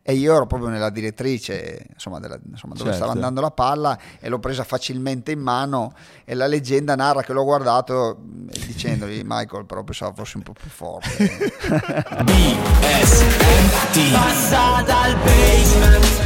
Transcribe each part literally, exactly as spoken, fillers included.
e io ero proprio nella direttrice, insomma, della, insomma dove Certo. stava andando la palla, e l'ho presa facilmente in mano, e la leggenda narra che l'ho guardato dicendogli: Michael, però pensavo fossi un po' più forte. B S M T Passa dal basement.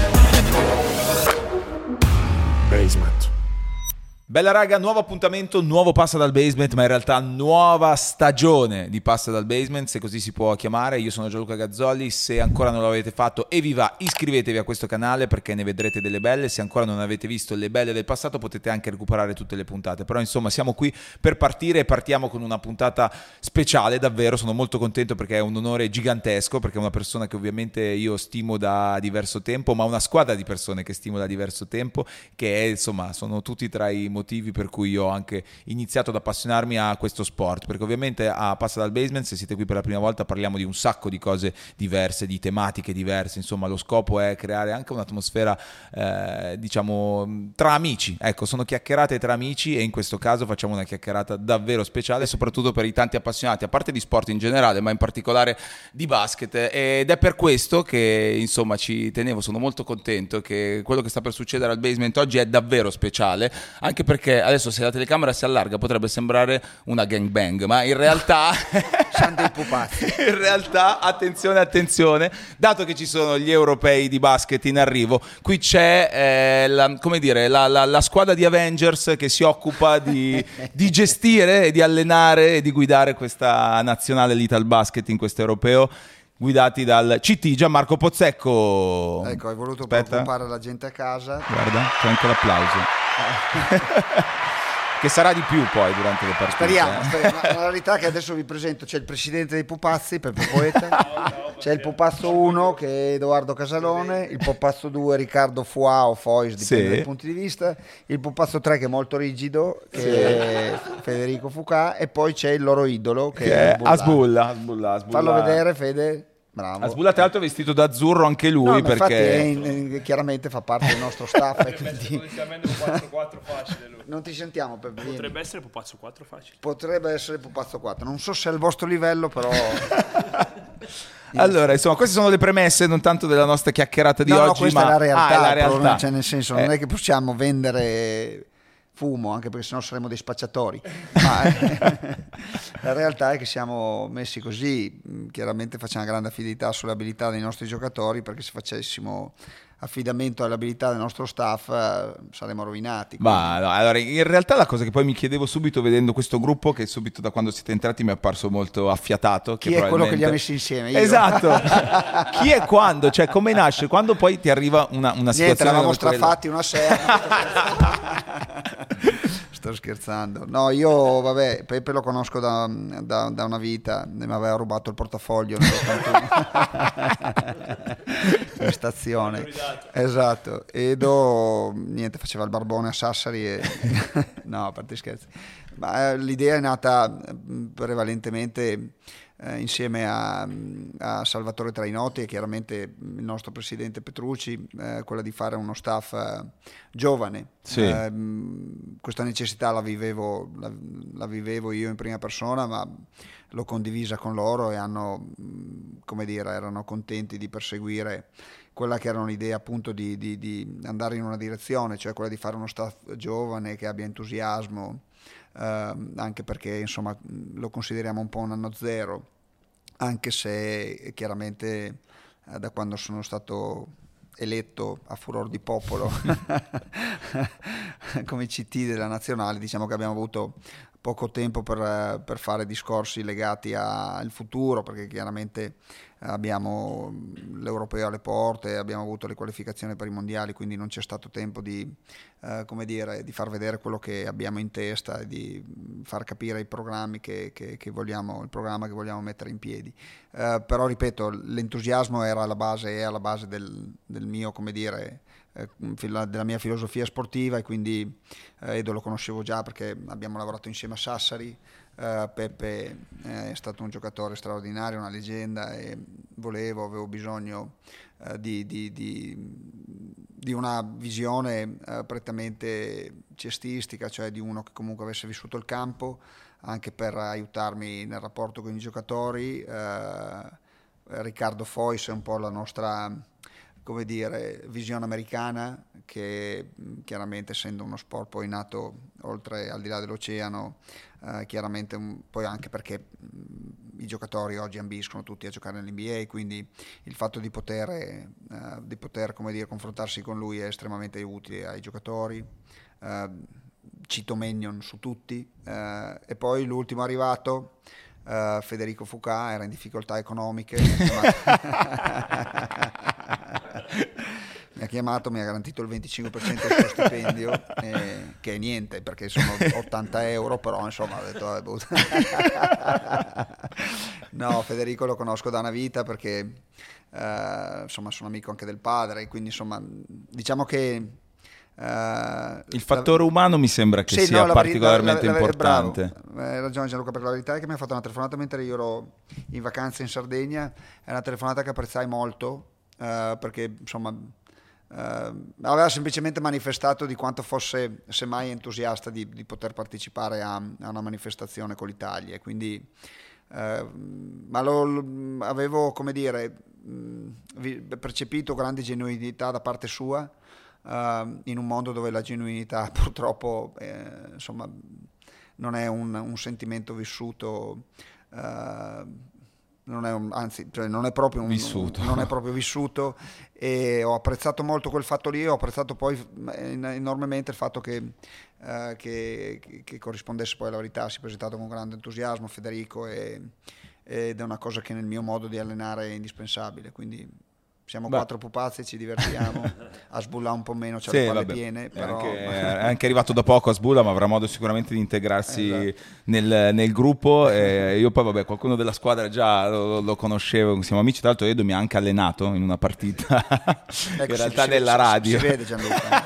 Basement. Bella raga, nuovo appuntamento, nuovo Passa dal Basement, ma in realtà nuova stagione di Passa dal Basement, se così si può chiamare. Io sono Gianluca Gazzoli, se ancora non l'avete fatto e vi va, iscrivetevi a questo canale perché ne vedrete delle belle. Se ancora non avete visto le belle del passato potete anche recuperare tutte le puntate, però insomma siamo qui per partire e partiamo con una puntata speciale, davvero sono molto contento perché è un onore gigantesco, perché è una persona che ovviamente io stimo da diverso tempo, ma una squadra di persone che stimo da diverso tempo, che è, insomma, sono tutti tra i motivi per cui io ho anche iniziato ad appassionarmi a questo sport, perché ovviamente a Passa dal Basement, se siete qui per la prima volta, parliamo di un sacco di cose diverse, di tematiche diverse, insomma lo scopo è creare anche un'atmosfera eh, diciamo tra amici, ecco, sono chiacchierate tra amici, e in questo caso facciamo una chiacchierata davvero speciale, soprattutto per i tanti appassionati, a parte di sport in generale, ma in particolare di basket, ed è per questo che insomma ci tenevo, sono molto contento che quello che sta per succedere al Basement oggi è davvero speciale, anche perché adesso se la telecamera si allarga potrebbe sembrare una gangbang, ma in realtà Siamo dei pupazzi. in realtà attenzione attenzione, dato che ci sono gli europei di basket in arrivo, qui c'è eh, la, come dire, la, la, la squadra di Avengers che si occupa di, di gestire e di allenare e di guidare questa nazionale Little Basket in questo europeo, guidati dal C T Gianmarco Pozzecco. Ecco, hai voluto Aspetta. preoccupare la gente a casa. Guarda, c'è anche l'applauso. Che sarà di più poi durante le partite. Speriamo, eh. speriamo. Ma la verità è che adesso vi presento: c'è il presidente dei pupazzi, Peppe Poeta, c'è il pupazzo uno che è Edoardo Casalone, il pupazzo due Riccardo Fuà o Fois, dipende Sì. dai punti di vista, il pupazzo tre che è molto rigido, che è Federico Fucà, e poi c'è il loro idolo che, Che è è Asbulla, Asbulla, Asbulla. Fallo vedere, Fede. Bravo. Asbulla tra l'altro è vestito d'azzurro anche lui, No, ma infatti perché è in- in- chiaramente fa parte del nostro staff, e quindi Potenzialmente pupazzo quattro facile lui. non ti sentiamo, Peppe. vieni. Potrebbe essere pupazzo quattro facile. Potrebbe essere pupazzo quattro, non so se è il vostro livello, però allora, insomma, queste sono le premesse non tanto della nostra chiacchierata di no, oggi, no, questa ma è la realtà, Ah, è la però, realtà. cioè, nel senso, non Eh. è che possiamo vendere fumo, anche perché sennò saremmo dei spacciatori, ma eh, la realtà è che siamo messi così. Chiaramente facciamo grande affidità sulle abilità dei nostri giocatori, perché se facessimo affidamento alle abilità del nostro staff eh, saremmo rovinati. Ma no, allora, in realtà la cosa che poi mi chiedevo subito vedendo questo gruppo, che subito da quando siete entrati mi è apparso molto affiatato, Chi che è quello che li ha probabilmente- messi insieme? Io? Esatto. Chi è quando? Cioè, come nasce? Quando poi ti arriva una, una Niente, situazione eravamo come quella? strafatti una sera. Sto scherzando. No, io, vabbè, Peppe lo conosco da, da- da una vita, mi aveva rubato il portafoglio nell'ottantuno. In stazione. Esatto. Edo, niente, faceva il barbone a Sassari e... No, a parte gli scherzi. Ma eh, l'idea è nata eh, prevalentemente eh, insieme a, a Salvatore Trainotti e chiaramente il nostro presidente Petrucci, eh, quella di fare uno staff eh, giovane. Sì. Eh, questa necessità la vivevo, la, la vivevo io in prima persona, ma l'ho condivisa con loro e hanno, come dire, erano contenti di perseguire quella che era un'idea appunto di, di, di andare in una direzione, cioè quella di fare uno staff giovane che abbia entusiasmo, eh, anche perché insomma lo consideriamo un po' un anno zero, anche se chiaramente eh, da quando sono stato eletto a furor di popolo come C T della nazionale, diciamo che abbiamo avuto poco tempo per, per fare discorsi legati al futuro, perché chiaramente abbiamo l'europeo alle porte, abbiamo avuto le qualificazioni per i mondiali, quindi non c'è stato tempo di, eh, come dire, di far vedere quello che abbiamo in testa e di far capire i programmi che, che, che vogliamo, il programma che vogliamo mettere in piedi. Eh, però ripeto, l'entusiasmo era alla base, è alla base del, del mio, come dire, eh, della mia filosofia sportiva, e quindi eh, Edo lo conoscevo già perché abbiamo lavorato insieme a Sassari. Uh, Peppe eh, è stato un giocatore straordinario, una leggenda, e volevo, avevo bisogno uh, di, di, di, di una visione uh, prettamente cestistica, cioè di uno che comunque avesse vissuto il campo, anche per aiutarmi nel rapporto con i giocatori. uh, Riccardo Fois è un po' la nostra come dire, visione americana, che chiaramente, essendo uno sport poi nato oltre, al di là dell'oceano, eh, chiaramente un, poi anche perché mh, i giocatori oggi ambiscono tutti a giocare nell'N B A, quindi il fatto di poter, eh, di poter come dire, confrontarsi con lui è estremamente utile ai giocatori. Eh, cito Mannion su tutti, eh, e poi l'ultimo arrivato, Uh, Federico Fucà, era in difficoltà economiche, mi ha, mi ha chiamato, mi ha garantito il venticinque per cento del suo stipendio, eh, che è niente perché sono ottanta euro, però insomma ho detto vabbè, boh. No, Federico lo conosco da una vita perché uh, insomma sono amico anche del padre, quindi insomma diciamo che Uh, il fattore la... umano mi sembra che sì, sia no, particolarmente la, la, la, importante. Bravo, hai ragione Gianluca, per la verità è che mi ha fatto una telefonata mentre io ero in vacanza in Sardegna, è una telefonata che apprezzai molto, uh, perché insomma uh, aveva semplicemente manifestato di quanto fosse semmai entusiasta di, di poter partecipare a, a una manifestazione con l'Italia, quindi uh, ma lo, lo avevo, come dire, mh, percepito grande genuinità da parte sua. Uh, in un mondo dove la genuinità purtroppo eh, insomma non è un, un sentimento vissuto, uh, non è un, anzi cioè non è proprio un, vissuto. Un, non è proprio vissuto, e ho apprezzato molto quel fatto lì. Ho apprezzato poi enormemente il fatto che, uh, che, che corrispondesse poi alla verità. Si è presentato con grande entusiasmo Federico, e, ed è una cosa che nel mio modo di allenare è indispensabile, quindi siamo Beh. quattro pupazzi, ci divertiamo a Sbulla un po' meno, c'è sì, le palle piene, però... è, anche, è anche arrivato da poco a Sbulla, ma avrà modo sicuramente di integrarsi esatto. nel, nel gruppo. E io poi vabbè, qualcuno della squadra già lo, lo conoscevo, siamo amici. Tra l'altro Edo mi ha anche allenato in una partita ecco, in realtà si, nella si, radio si vede Gianluca.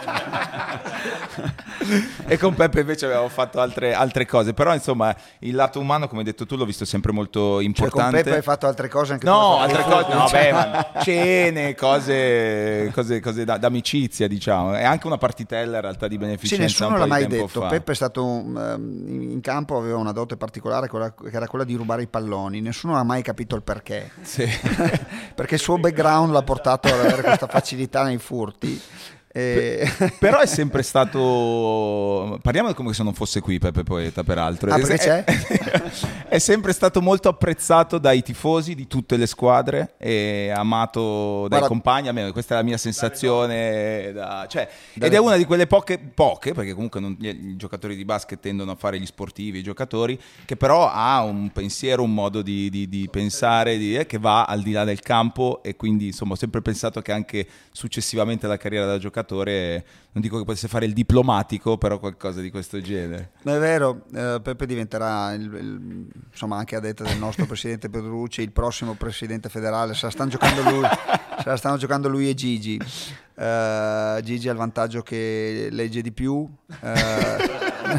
E con Peppe invece avevamo fatto altre, altre cose, però insomma il lato umano, come hai detto tu, l'ho visto sempre molto importante. Cioè, con Peppe hai fatto altre cose anche no, tu? altre cose, no, beh, ma cene, cose, cose, cose da, d'amicizia, diciamo. È anche una partitella in realtà di beneficenza. Sì, nessuno l'ha mai detto. Fa. Peppe è stato um, in campo, aveva una dote particolare, quella, che era quella di rubare i palloni. Nessuno ha mai capito il perché. Sì. Perché il suo background l'ha portato ad avere questa facilità nei furti. E... però è sempre stato, parliamo come se non fosse qui Peppe Poeta, peraltro. Ah, perché c'è? È sempre stato molto apprezzato dai tifosi di tutte le squadre e amato dai Guarda, compagni, almeno questa è la mia sensazione, da, cioè, ed è una di quelle poche, poche perché comunque non, i giocatori di basket tendono a fare gli sportivi, i giocatori, che però ha un pensiero, un modo di, di, di pensare di, eh, che va al di là del campo, e quindi insomma ho sempre pensato che anche successivamente alla carriera da giocatore, non dico che potesse fare il diplomatico, però qualcosa di questo genere. È vero, eh, Peppe diventerà il, il, insomma anche a detta del nostro presidente Pedrucci il prossimo presidente federale. Se la stanno giocando lui, se la stanno giocando lui e Gigi. Uh, Gigi ha il vantaggio che legge di più. Uh,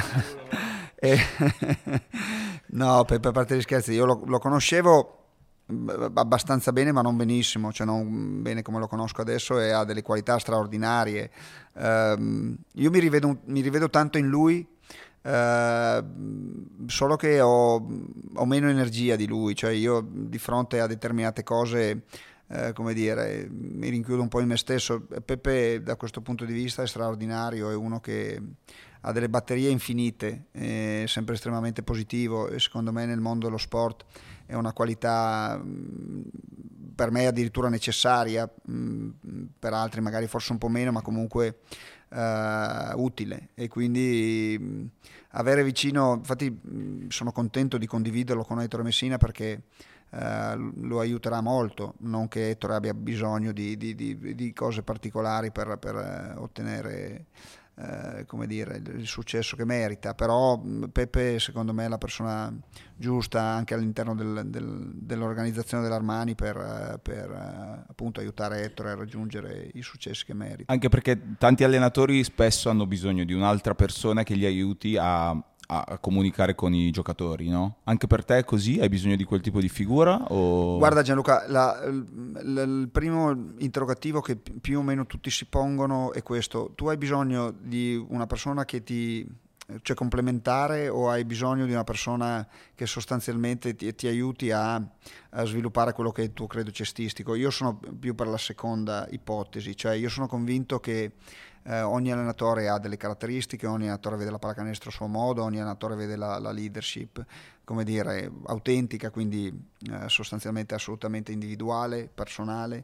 e no, Peppe, a parte gli scherzi, io lo, lo conoscevo abbastanza bene, ma non benissimo, cioè non bene come lo conosco adesso, e ha delle qualità straordinarie. Um, io mi rivedo, mi rivedo tanto in lui, uh, solo che ho, ho meno energia di lui, cioè io di fronte a determinate cose, uh, come dire, mi rinchiudo un po' in me stesso. Peppe da questo punto di vista è straordinario, è uno che ha delle batterie infinite, è sempre estremamente positivo, e secondo me nel mondo dello sport è una qualità per me addirittura necessaria, per altri magari forse un po' meno, ma comunque uh, utile, e quindi avere vicino, infatti sono contento di condividerlo con Ettore Messina, perché uh, lo aiuterà molto, non che Ettore abbia bisogno di, di, di, di cose particolari per, per ottenere Uh, come dire, il successo che merita, però Peppe secondo me è la persona giusta anche all'interno del, del, dell'organizzazione dell'Armani per, uh, per uh, appunto aiutare Ettore a raggiungere i successi che merita. Anche perché tanti allenatori spesso hanno bisogno di un'altra persona che li aiuti a, a comunicare con i giocatori, no? Anche per te è così? Hai bisogno di quel tipo di figura? O... Guarda Gianluca, la, la, il primo interrogativo che più o meno tutti si pongono è questo: tu hai bisogno di una persona che ti cioè complementare, o hai bisogno di una persona che sostanzialmente ti, ti aiuti a, a sviluppare quello che è il tuo credo cestistico? Io sono più per la seconda ipotesi, cioè io sono convinto che eh, ogni allenatore ha delle caratteristiche, ogni allenatore vede la pallacanestro a suo modo, ogni allenatore vede la, la leadership, come dire, autentica, quindi eh, sostanzialmente assolutamente individuale, personale,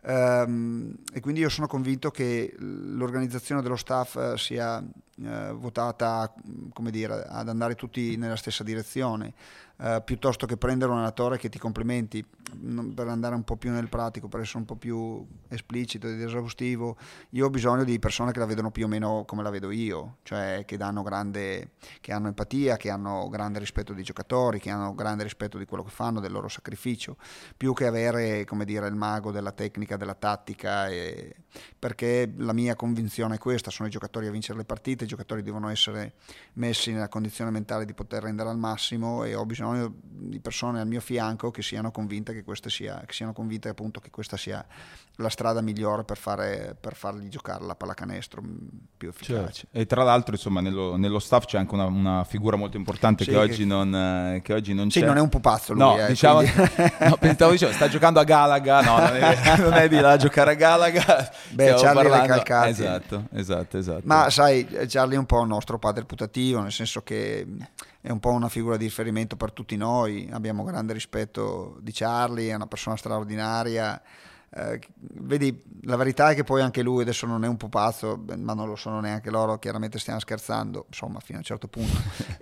um, e quindi io sono convinto che l'organizzazione dello staff eh, sia eh, votata, come dire, ad andare tutti nella stessa direzione, eh, piuttosto che prendere un allenatore che ti complementi. Non, per andare un po' più nel pratico, per essere un po' più esplicito ed esaustivo, io ho bisogno di persone che la vedono più o meno come la vedo io, cioè che danno grande, che hanno empatia, che hanno grande rispetto dei giocatori, che hanno grande rispetto di quello che fanno, del loro sacrificio, più che avere, come dire, il mago della tecnica, della tattica, e, perché la mia convinzione è questa: sono i giocatori a vincere le partite, i giocatori devono essere messi nella condizione mentale di poter rendere al massimo, e ho bisogno di persone al mio fianco che siano convinte che questa sia, che siano convinte appunto che questa sia la strada migliore per fare, per fargli giocare la pallacanestro più efficace. Certo. E tra l'altro, insomma, nello, nello staff c'è anche una, una figura molto importante, sì, che, che oggi non, eh, che oggi non sì, c'è. Non è un pupazzo lui, no, eh, diciamo, no, pensavo, diciamo, sta giocando a Galaga, no, non è, non è di là a giocare a Galaga. Beh, Charlie l'hai calcati. Esatto, esatto, esatto. Ma sai, Charlie è un po' il nostro padre putativo, nel senso che è un po' una figura di riferimento per tutti noi, abbiamo grande rispetto di Charlie, è una persona straordinaria. Eh, vedi, la verità è che poi anche lui adesso non è un pupazzo, ma non lo sono neanche loro, chiaramente stiamo scherzando, insomma, fino a un certo punto.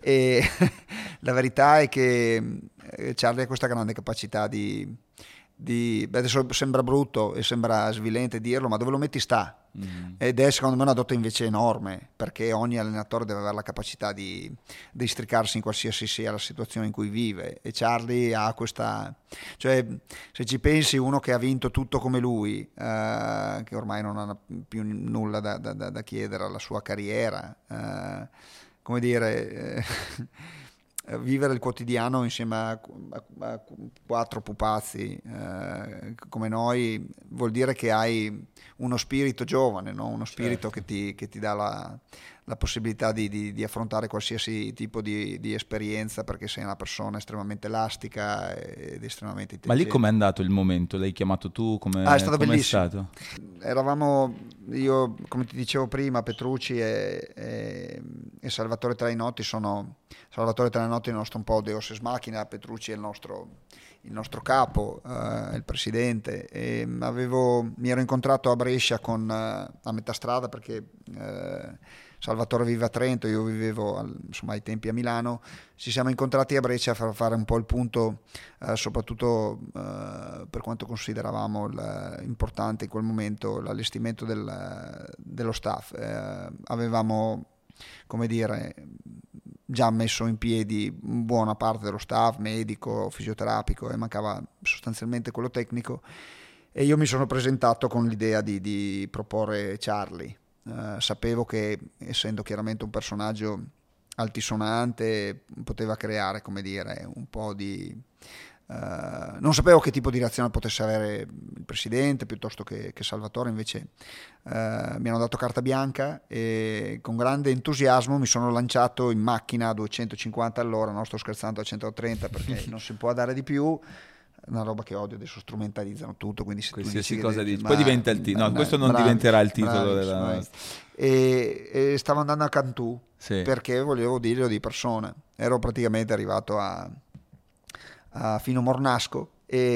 E la verità è che Charlie ha questa grande capacità di, di beh, adesso sembra brutto e sembra svilente dirlo, ma dove lo metti sta. Mm. Ed è secondo me una dote invece enorme, perché ogni allenatore deve avere la capacità di, di districarsi in qualsiasi sia la situazione in cui vive, e Charlie ha questa, cioè se ci pensi, uno che ha vinto tutto come lui, eh, che ormai non ha più nulla da, da, da chiedere alla sua carriera, eh, come dire, eh, vivere il quotidiano insieme a, a, a quattro pupazzi eh, come noi vuol dire che hai uno spirito giovane, no? Uno spirito, certo, che ti, che ti dà la, la possibilità di, di, di affrontare qualsiasi tipo di, di esperienza, perché sei una persona estremamente elastica ed estremamente intelligente. Ma lì com'è andato il momento? L'hai chiamato tu? Come ah, è stato bellissimo. È stato? Eravamo, io come ti dicevo prima, Petrucci e, e, e Salvatore Trainotti sono, Salvatore Trainotti è il nostro un po' deus ex machina, Petrucci è il nostro, il nostro capo, eh, il presidente, e avevo, mi ero incontrato a Brescia con, eh, a metà strada, perché eh, Salvatore vive a Trento, io vivevo insomma ai tempi a Milano, ci siamo incontrati a Brescia per fare un po' il punto, eh, soprattutto eh, per quanto consideravamo il, importante in quel momento l'allestimento del, dello staff. Eh, avevamo, come dire, già messo in piedi buona parte dello staff medico, fisioterapico, e mancava sostanzialmente quello tecnico, e io mi sono presentato con l'idea di, di proporre Charlie. Uh, sapevo che, essendo chiaramente un personaggio altisonante, poteva creare, come dire, un po' di uh, non sapevo che tipo di reazione potesse avere il presidente piuttosto che, che Salvatore. Invece uh, mi hanno dato carta bianca e con grande entusiasmo mi sono lanciato in macchina a duecentocinquanta all'ora, non sto scherzando, a centotrenta, perché non si può dare di più. Una roba che odio, adesso strumentalizzano tutto, quindi se qualsiasi tu cosa dici, dici, poi diventa il titolo, no, questo non bravi, diventerà il titolo bravi, della nostra. E, e stavo andando a Cantù, sì, perché volevo dirlo di persona. Ero praticamente arrivato a, a Fino Mornasco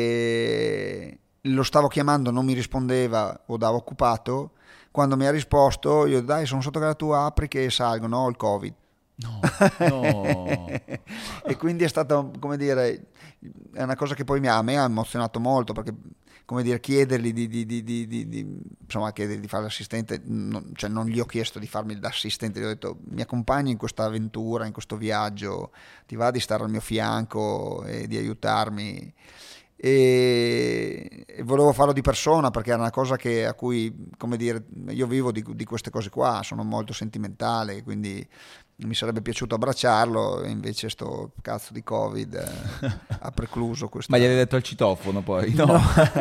e lo stavo chiamando, non mi rispondeva o dava occupato. Quando mi ha risposto, io dai, sono sotto casa tua, apri che salgo, no, ho il Covid. No, no. E quindi è stato, come dire, è una cosa che poi mi ha, a me ha emozionato molto, perché, come dire, chiedergli di, di, di, di, di, di insomma, chiedergli di fare l'assistente, non, cioè non gli ho chiesto di farmi l'assistente, gli ho detto mi accompagni in questa avventura, in questo viaggio, ti va di stare al mio fianco e di aiutarmi. E volevo farlo di persona, perché era una cosa che, a cui, come dire, io vivo di, di queste cose qua, sono molto sentimentale, quindi mi sarebbe piaciuto abbracciarlo, e invece sto cazzo di Covid eh, ha precluso questo. Ma gli hai detto al citofono poi? No, no.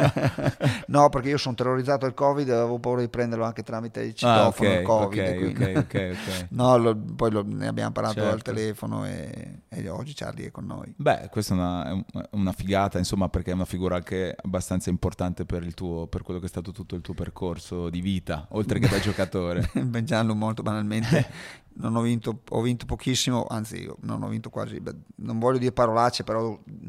No, perché io sono terrorizzato dal Covid e avevo paura di prenderlo anche tramite il citofono. Ah, ok, il Covid, ok, quindi... ok, ok, ok. No, lo, poi lo, ne abbiamo parlato Certo. al telefono e, e oggi Charlie è con noi. Beh, questa è una, è una figata, insomma, perché è una figura anche abbastanza importante per il tuo, per quello che è stato tutto il tuo percorso di vita, oltre che da giocatore. Ben Gianlu, molto banalmente, non ho vinto, ho vinto pochissimo, anzi non ho vinto quasi, beh, non voglio dire parolacce, però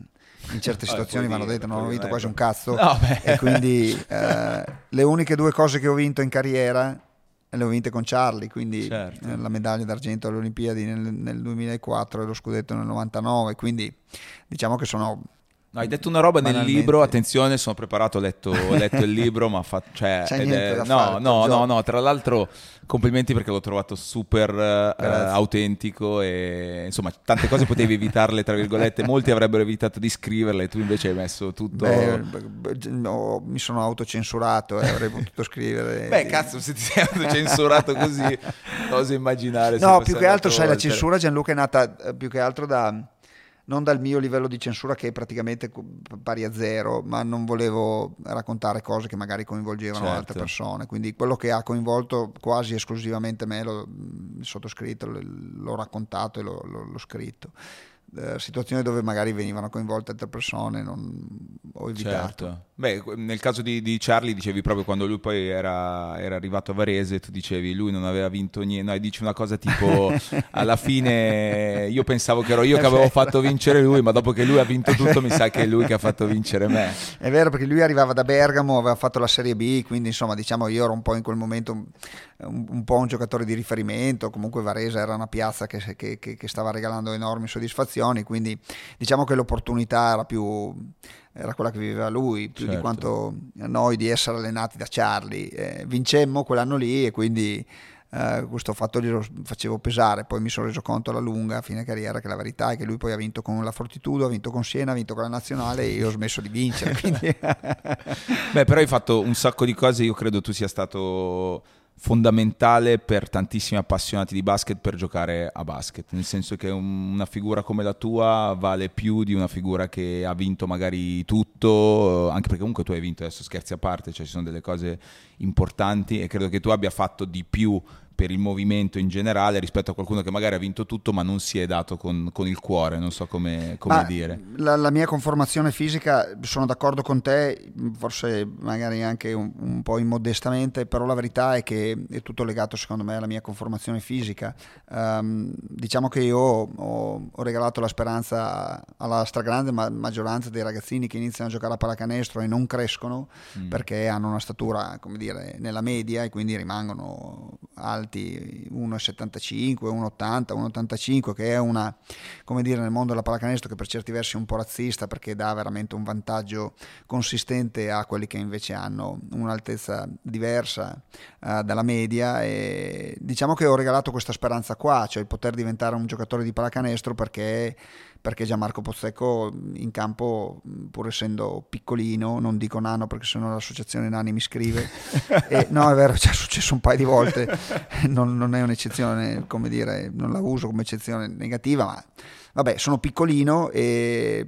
in certe situazioni Vabbè, vanno dette, non ho vinto dire, quasi eh, un cazzo, no, e quindi eh, le uniche due cose che ho vinto in carriera le ho vinte con Charlie, quindi certo. eh, la medaglia d'argento alle Olimpiadi nel, nel duemilaquattro e lo scudetto nel novantanove, quindi diciamo che sono... No, hai detto una roba nel banalmente. libro, attenzione, sono preparato, ho letto, ho letto il libro, ma fa, cioè, C'è ed niente è, da no, fare, no, per no, gioco. no, tra l'altro complimenti perché l'ho trovato super eh, autentico e insomma tante cose potevi evitarle, tra virgolette, molti avrebbero evitato di scriverle, tu invece hai messo tutto... Beh, beh, no, mi sono autocensurato e avrei potuto scrivere... Beh, cazzo, se ti sei autocensurato così, non oso immaginare. se No, fosse più che altro, andato sai, la oltre. censura, Gianluca, è nata eh, più che altro da... non dal mio livello di censura, che è praticamente co- pari a zero, ma non volevo raccontare cose che magari coinvolgevano Certo. altre persone, quindi quello che ha coinvolto quasi esclusivamente me, l'ho il sottoscritto, l- l'ho raccontato e l'ho, l'ho- l'ho scritto. Eh, situazioni dove magari venivano coinvolte altre persone non ho evitato. Certo. Beh, nel caso di, di Charlie dicevi proprio quando lui poi era, era arrivato a Varese, tu dicevi lui non aveva vinto niente, no, e dici una cosa tipo alla fine io pensavo che ero io che avevo fatto vincere lui, ma dopo che lui ha vinto tutto mi sa che è lui che ha fatto vincere me. È vero, perché lui arrivava da Bergamo, aveva fatto la Serie B, quindi insomma diciamo io ero un po' in quel momento un, un, un po' un giocatore di riferimento, comunque Varese era una piazza che, che, che, che stava regalando enormi soddisfazioni, quindi diciamo che l'opportunità era più... era quella che viveva lui, più Certo. di quanto noi di essere allenati da Charlie. Eh, vincemmo quell'anno lì e quindi eh, questo fatto glielo facevo pesare, poi mi sono reso conto alla lunga, a fine carriera, che la verità è che lui poi ha vinto con la Fortitudo, ha vinto con Siena, ha vinto con la Nazionale e io ho smesso di vincere. Quindi... Beh, però hai fatto un sacco di cose, io credo tu sia stato fondamentale per tantissimi appassionati di basket per giocare a basket, nel senso che un- una figura come la tua vale più di una figura che ha vinto magari tutto, anche perché comunque tu hai vinto, adesso scherzi a parte, cioè ci sono delle cose importanti e credo che tu abbia fatto di più per il movimento in generale rispetto a qualcuno che magari ha vinto tutto ma non si è dato con, con il cuore, non so come, come Ma dire. La, la mia conformazione fisica, sono d'accordo con te, forse magari anche un, un po' immodestamente, però la verità è che è tutto legato secondo me alla mia conformazione fisica. Um, diciamo che io ho, ho, ho regalato la speranza alla stragrande ma- maggioranza dei ragazzini che iniziano a giocare a pallacanestro e non crescono mm. perché hanno una statura, come dire, nella media e quindi rimangono alti uno virgola settantacinque, uno virgola ottanta, uno virgola ottantacinque, che è una, come dire, nel mondo della pallacanestro che per certi versi è un po' razzista perché dà veramente un vantaggio consistente a quelli che invece hanno un'altezza diversa uh, dalla media, e diciamo che ho regalato questa speranza qua, cioè il poter diventare un giocatore di pallacanestro perché perché Gianmarco Pozzecco in campo, pur essendo piccolino, non dico nano perché sennò l'associazione nani mi scrive, e, no è vero, ci è successo un paio di volte, non, non è un'eccezione, come dire, non la uso come eccezione negativa, ma vabbè, sono piccolino e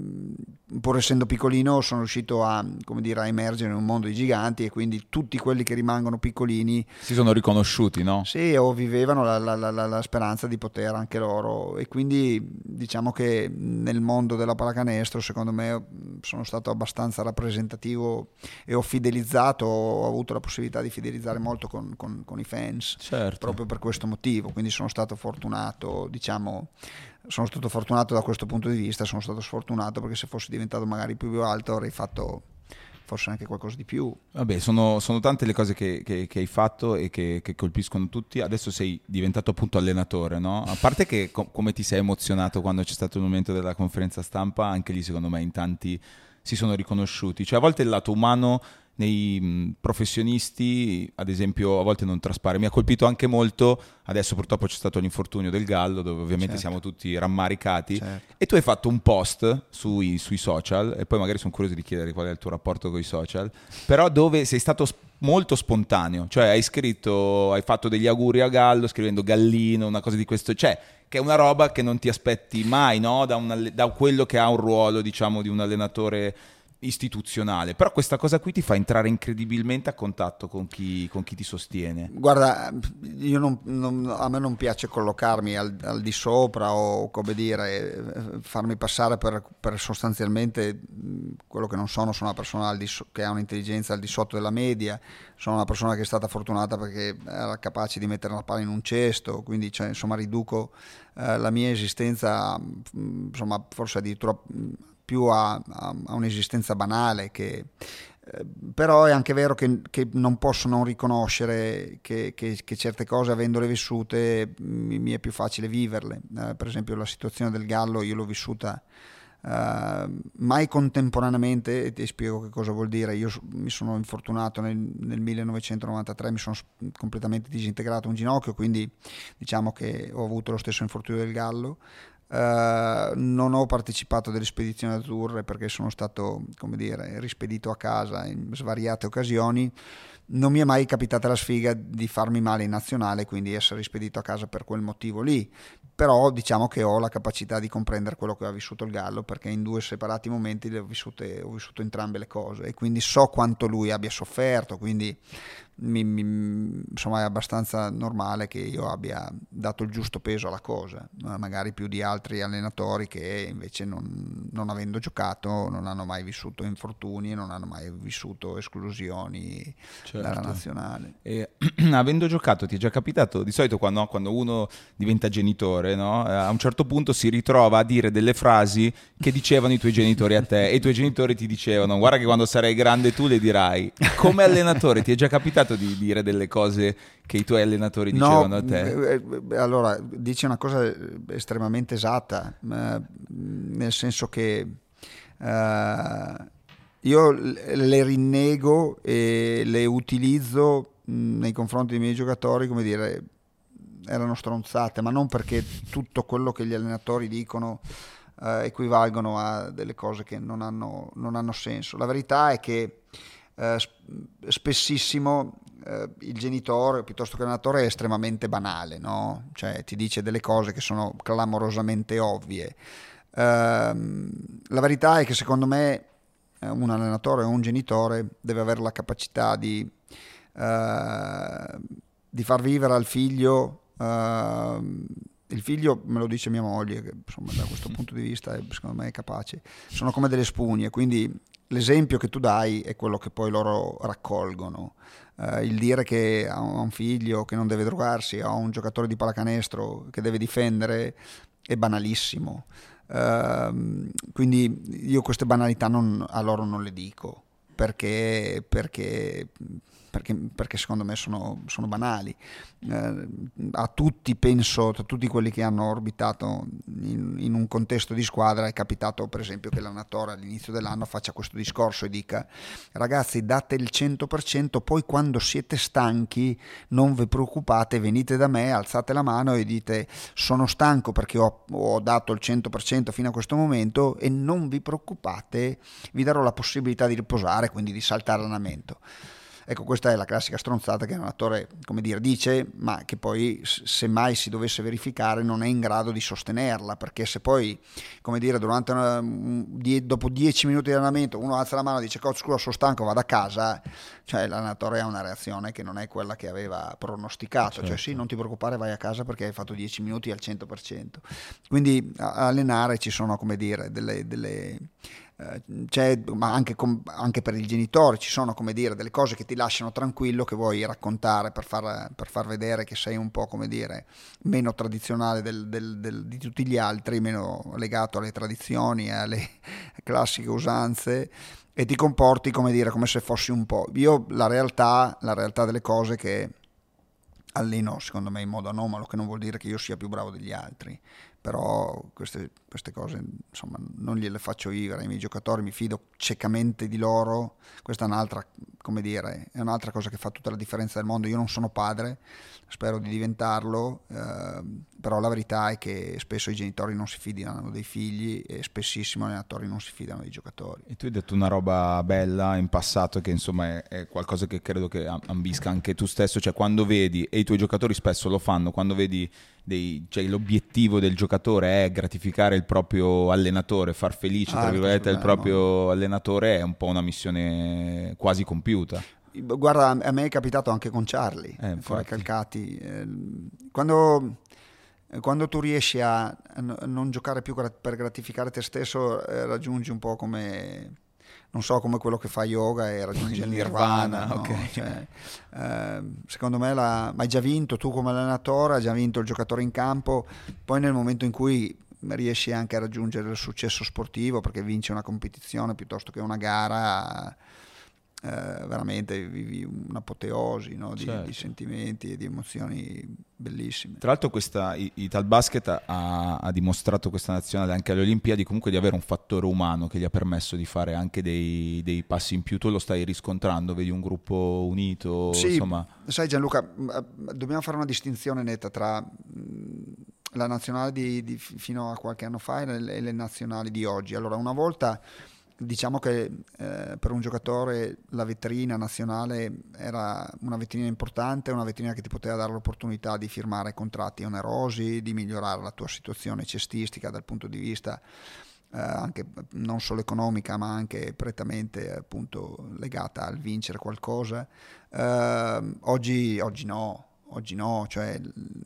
pur essendo piccolino sono riuscito a, come dire, a emergere in un mondo di giganti e quindi tutti quelli che rimangono piccolini Si sono riconosciuti, no? sì, o vivevano la, la, la, la speranza di poter anche loro, e quindi diciamo che nel mondo della pallacanestro secondo me sono stato abbastanza rappresentativo e ho fidelizzato, ho avuto la possibilità di fidelizzare molto con, con, con i fans, Certo. proprio per questo motivo, quindi sono stato fortunato, diciamo, sono stato fortunato da questo punto di vista, sono stato sfortunato perché se fossi diventato magari più alto avrei fatto forse anche qualcosa di più. Vabbè, sono, sono tante le cose che, che, che hai fatto e che, che colpiscono tutti. Adesso sei diventato appunto allenatore, no? A parte che com- come ti sei emozionato quando c'è stato il momento della conferenza stampa, anche lì secondo me in tanti si sono riconosciuti. Cioè a volte il lato umano nei mh, professionisti, ad esempio, a volte non traspare. Mi ha colpito anche molto, adesso purtroppo c'è stato l'infortunio del Gallo, dove ovviamente Certo. siamo tutti rammaricati, Certo. e tu hai fatto un post sui, sui social, e poi magari sono curioso di chiedere qual è il tuo rapporto con i social, però dove sei stato sp- molto spontaneo, cioè hai scritto, hai fatto degli auguri a Gallo scrivendo Gallino, una cosa di questo, cioè che è una roba che non ti aspetti mai, no? Da, un alle- da quello che ha un ruolo, diciamo, di un allenatore istituzionale, però questa cosa qui ti fa entrare incredibilmente a contatto con chi, con chi ti sostiene. Guarda, io non, non- a me non piace collocarmi al, al di sopra o, come dire, farmi passare per, per sostanzialmente mh, quello che non sono. Sono una persona al di so- che ha un'intelligenza al di sotto della media, sono una persona che è stata fortunata perché era capace di mettere la palla in un cesto, quindi cioè, insomma riduco eh, la mia esistenza, mh, insomma forse addirittura mh, più a, a, a un'esistenza banale che... Eh, però è anche vero che, che non posso non riconoscere che, che, che certe cose, avendole vissute, mi, mi è più facile viverle. Eh, per esempio la situazione del Gallo io l'ho vissuta eh, mai contemporaneamente, e ti spiego che cosa vuol dire. Io mi sono infortunato nel, nel millenovecentonovantatré, mi sono completamente disintegrato un ginocchio, quindi diciamo che ho avuto lo stesso infortunio del Gallo. Uh, non ho partecipato delle spedizioni azzurre perché sono stato, come dire, rispedito a casa in svariate occasioni. Non mi è mai capitata la sfiga di farmi male in nazionale, quindi essere rispedito a casa per quel motivo lì. Però diciamo che ho la capacità di comprendere quello che ha vissuto il Gallo, perché in due separati momenti le ho, vissute, ho vissuto entrambe le cose e quindi so quanto lui abbia sofferto, quindi mi, mi, insomma è abbastanza normale che io abbia dato il giusto peso alla cosa, magari più di altri allenatori che invece non, non avendo giocato non hanno mai vissuto infortuni, non hanno mai vissuto esclusioni, certo, dalla nazionale. E, avendo giocato, ti è già capitato, di solito quando, quando uno diventa genitore, no? A un certo punto si ritrova a dire delle frasi che dicevano i tuoi genitori a te, e i tuoi genitori ti dicevano: guarda che quando sarai grande tu le dirai. Come allenatore ti è già capitato di dire delle cose che i tuoi allenatori dicevano no, a te? Allora, dici una cosa estremamente esatta, eh, nel senso che eh, io le rinnego e le utilizzo mh, nei confronti dei miei giocatori, come dire, erano stronzate, ma non perché tutto quello che gli allenatori dicono eh, equivalgono a delle cose che non hanno, non hanno senso. La verità è che Uh, spessissimo uh, il genitore piuttosto che l'allenatore è estremamente banale, no? Cioè ti dice delle cose che sono clamorosamente ovvie. Uh, la verità è che secondo me uh, un allenatore o un genitore deve avere la capacità di, uh, di far vivere al figlio. Uh, il figlio, me lo dice mia moglie, che insomma da questo punto di vista è, secondo me è capace, sono come delle spugne, quindi l'esempio che tu dai è quello che poi loro raccolgono. Uh, il dire che a un figlio che non deve drogarsi, a un giocatore di pallacanestro che deve difendere, è banalissimo. Uh, quindi io queste banalità non, a loro non le dico, perché, perché, perché, perché secondo me sono, sono banali. Uh, a tutti, penso, a tutti quelli che hanno orbitato in, in un contesto di squadra è capitato per esempio che l'allenatore all'inizio dell'anno faccia questo discorso e dica: ragazzi, date il cento per cento, poi quando siete stanchi non vi preoccupate, venite da me, alzate la mano e dite: sono stanco perché ho, ho dato il cento per cento fino a questo momento, e non vi preoccupate, vi darò la possibilità di riposare, quindi di saltare l'allenamento. Ecco, questa è la classica stronzata che un attore, come dire, dice, ma che poi, se mai si dovesse verificare, non è in grado di sostenerla, perché se poi, come dire, durante una, die, dopo dieci minuti di allenamento uno alza la mano e dice: coach, scusa, sono stanco, vado a casa, cioè l'allenatore ha una reazione che non è quella che aveva pronosticato, certo. Cioè sì, non ti preoccupare, vai a casa perché hai fatto dieci minuti al cento per cento. Quindi a allenare ci sono, come dire, delle... delle c'è, ma anche, com, anche per il genitore ci sono, come dire, delle cose che ti lasciano tranquillo, che vuoi raccontare per far, per far vedere che sei un po', come dire, meno tradizionale del, del, del, di tutti gli altri, meno legato alle tradizioni e alle classiche usanze, e ti comporti, come dire, come se fossi un po'. Io la realtà, la realtà delle cose che alleno, secondo me, in modo anomalo, che non vuol dire che io sia più bravo degli altri, però queste, queste cose insomma non gliele faccio vivere ai miei giocatori, mi fido ciecamente di loro. Questa è un'altra, come dire, è un'altra cosa che fa tutta la differenza del mondo. Io non sono padre, spero di diventarlo, eh, però la verità è che spesso i genitori non si fidano dei figli e spessissimo gli allenatori non si fidano dei giocatori. E tu hai detto una roba bella in passato che insomma è, è qualcosa che credo che ambisca anche tu stesso, cioè quando vedi, e i tuoi giocatori spesso lo fanno, quando vedi dei, cioè l'obiettivo del giocatore è gratificare il proprio allenatore, far felice tra Ah, virgolette il no. proprio allenatore, è un po' una missione quasi compiuta. Guarda, a me è capitato anche con Charlie, Eh, con infatti. Recalcati. Eh, Quando, quando tu riesci a a n- non giocare più gra- per gratificare te stesso, eh, raggiungi un po' come, non so, come quello che fa yoga e raggiunge il nirvana. Nirvana, no? ok. Cioè, eh, secondo me la, ma hai già vinto tu come allenatore, hai già vinto il giocatore in campo, poi nel momento in cui riesci anche a raggiungere il successo sportivo perché vinci una competizione piuttosto che una gara, eh, veramente vivi un'apoteosi, no? di, Certo. di sentimenti e di emozioni bellissime. Tra l'altro questa I- Italbasket ha, ha dimostrato, questa nazionale anche alle Olimpiadi, comunque di avere un fattore umano che gli ha permesso di fare anche dei, dei passi in più. Tu lo stai riscontrando, vedi un gruppo unito, Sì, insomma. sai Gianluca, mh, dobbiamo fare una distinzione netta tra mh, la nazionale di, di f- fino a qualche anno fa e le, e le nazionali di oggi. Allora, una volta diciamo che eh, per un giocatore la vetrina nazionale era una vetrina importante, una vetrina che ti poteva dare l'opportunità di firmare contratti onerosi, di migliorare la tua situazione cestistica dal punto di vista eh, anche non solo economica ma anche prettamente appunto legata al vincere qualcosa. Eh, oggi, oggi no, oggi no, cioè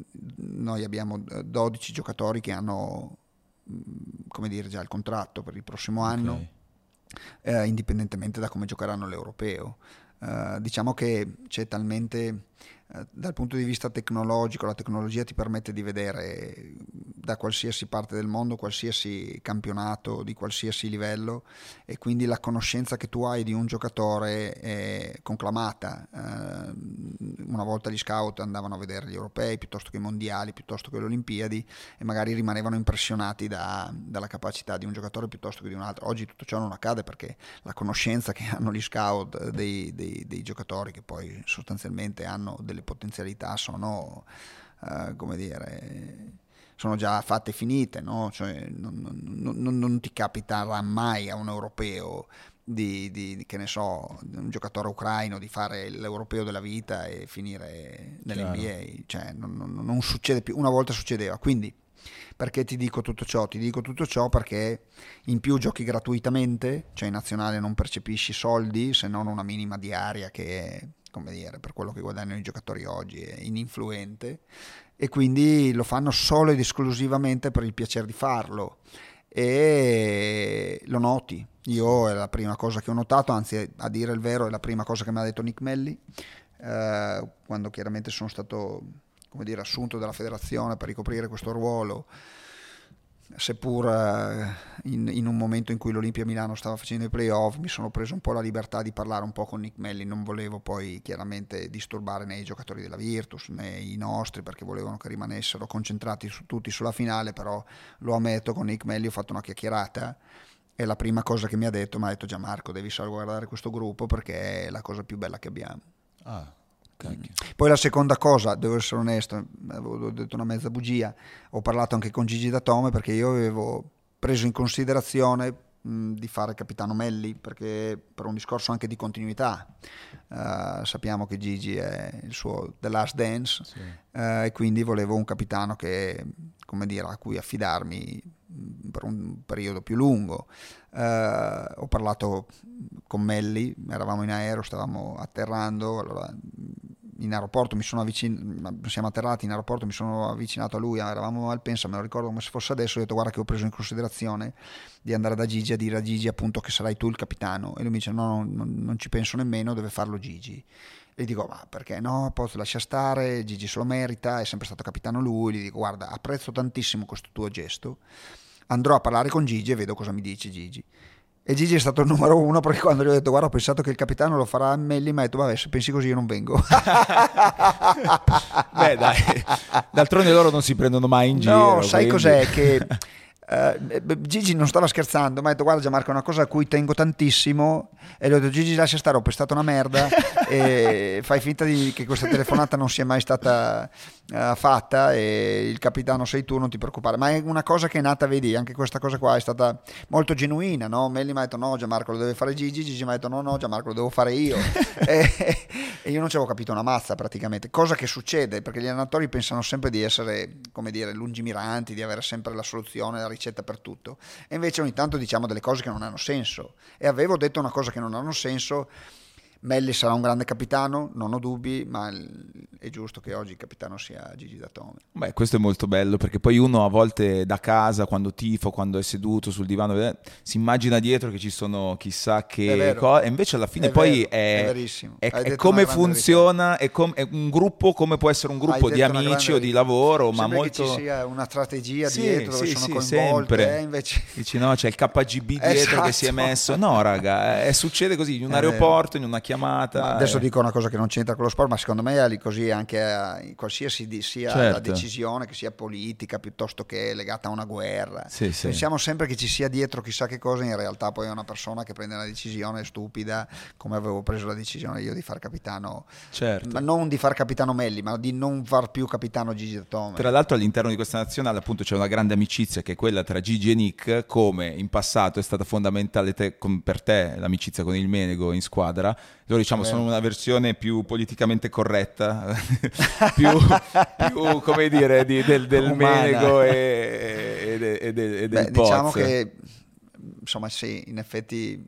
noi abbiamo dodici giocatori che hanno come dire già il contratto per il prossimo anno. Ok. Eh, indipendentemente da come giocheranno l'europeo. Eh, diciamo che c'è talmente, eh, dal punto di vista tecnologico, la tecnologia ti permette di vedere da qualsiasi parte del mondo, qualsiasi campionato, di qualsiasi livello, e quindi la conoscenza che tu hai di un giocatore è conclamata. Eh, una volta gli scout andavano a vedere gli europei piuttosto che i mondiali, piuttosto che le Olimpiadi, e magari rimanevano impressionati da, dalla capacità di un giocatore piuttosto che di un altro. Oggi tutto ciò non accade perché la conoscenza che hanno gli scout dei, dei, dei giocatori, che poi sostanzialmente hanno delle potenzialità, sono uh, come dire sono già fatte e finite, no? Cioè, non, non, non, non ti capiterà mai a un europeo di, di che ne so, un giocatore ucraino di fare l'europeo della vita e finire nell'N B A, cioè non, non, non succede più. Una volta succedeva. Quindi perché ti dico tutto ciò? Ti dico tutto ciò perché in più giochi gratuitamente, cioè in nazionale non percepisci soldi se non una minima diaria che è, come dire, per quello che guadagnano i giocatori oggi è ininfluente, e quindi lo fanno solo ed esclusivamente per il piacere di farlo, e lo noti. Io è la prima cosa che ho notato, anzi a dire il vero è la prima cosa che mi ha detto Nick Melli, eh, quando chiaramente sono stato, come dire, assunto dalla federazione per ricoprire questo ruolo, seppur in, in un momento in cui l'Olimpia Milano stava facendo i playoff. Mi sono preso un po' la libertà di parlare un po' con Nick Melli, non volevo poi chiaramente disturbare né i giocatori della Virtus né i nostri, perché volevano che rimanessero concentrati su, tutti sulla finale, però lo ammetto, con Nick Melli ho fatto una chiacchierata e la prima cosa che mi ha detto, mi ha detto: Gianmarco, devi salvaguardare questo gruppo perché è la cosa più bella che abbiamo. Ah. Cacchio. Poi la seconda cosa, devo essere onesto, avevo detto una mezza bugia, ho parlato anche con Gigi Datome perché io avevo preso in considerazione mh, di fare capitano Melli, perché per un discorso anche di continuità, uh, sappiamo che Gigi è il suo The Last Dance, sì. uh, e quindi volevo un capitano che, come dire, a cui affidarmi per un periodo più lungo. Uh, ho parlato con Melli, eravamo in aereo, stavamo atterrando, allora in aeroporto mi sono avvicinato, siamo atterrati in aeroporto, mi sono avvicinato a lui, eravamo a Malpensa, me lo ricordo come se fosse adesso, ho detto: guarda che ho preso in considerazione di andare da Gigi a dire a Gigi appunto che sarai tu il capitano, e lui mi dice: no, non, non ci penso nemmeno, deve farlo Gigi. E gli dico: ma perché no, posso lascia stare, Gigi se lo merita, è sempre stato capitano lui. Gli dico: guarda, apprezzo tantissimo questo tuo gesto, andrò a parlare con Gigi e vedo cosa mi dice Gigi. E Gigi è stato il numero uno, perché quando gli ho detto guarda, ho pensato che il capitano lo farà Melli, mi ha detto vabbè, se pensi così io non vengo. Beh dai, d'altronde loro non si prendono mai in giro. No, sai quindi... cos'è? Che uh, Gigi non stava scherzando, mi ha detto guarda Gianmarco, è una cosa a cui tengo tantissimo, e gli ho detto Gigi lascia stare, ho pestato una merda e fai finta di, che questa telefonata non sia mai stata uh, fatta, e il capitano sei tu, non ti preoccupare. Ma è una cosa che è nata, vedi, anche questa cosa qua è stata molto genuina, no? Melli mi ha detto no Gianmarco lo deve fare Gigi, Gigi mi ha detto no no Gianmarco lo devo fare io. e, e io non ci avevo capito una mazza praticamente, cosa che succede perché gli allenatori pensano sempre di essere, come dire, lungimiranti, di avere sempre la soluzione, la ricetta per tutto, e invece ogni tanto diciamo delle cose che non hanno senso, e avevo detto una cosa che non hanno senso. Melli sarà un grande capitano, non ho dubbi, ma è giusto che oggi il capitano sia Gigi Datome. Beh, questo è molto bello, perché poi uno a volte da casa, quando tifo, quando è seduto sul divano, eh, si immagina dietro che ci sono chissà che cose, e invece alla fine è poi vero, è, è, verissimo. è, è come funziona, è, com- è un gruppo, come può essere un gruppo Hai di detto una amici grande o di lavoro, ma sembra molto... che ci sia una strategia sì, dietro, sì, dove sono sì, coinvolte, sempre. eh, invece... Dici no, c'è il K G B dietro Esatto. che si è messo, no raga, eh, succede così, in un È aeroporto, in una chiamata... Ma adesso eh. dico una cosa che non c'entra con lo sport, ma secondo me è lì così anche a, in qualsiasi di, sia Certo. la decisione che sia politica piuttosto che legata a una guerra. Sì, sì. Pensiamo sempre che ci sia dietro chissà che cosa, in realtà poi è una persona che prende una decisione stupida, come avevo preso la decisione io di far capitano, Certo. ma non di far capitano Melli, ma di non far più capitano Gigi Datome. Tra l'altro all'interno di questa nazionale appunto c'è una grande amicizia che è quella tra Gigi e Nick, come in passato è stata fondamentale te, com, per te l'amicizia con il Menego in squadra. Loro diciamo sono una versione più politicamente corretta, più, più come dire di, del, del Menego e, e, de, e, de, e del Beh, Poz. diciamo che insomma sì, in effetti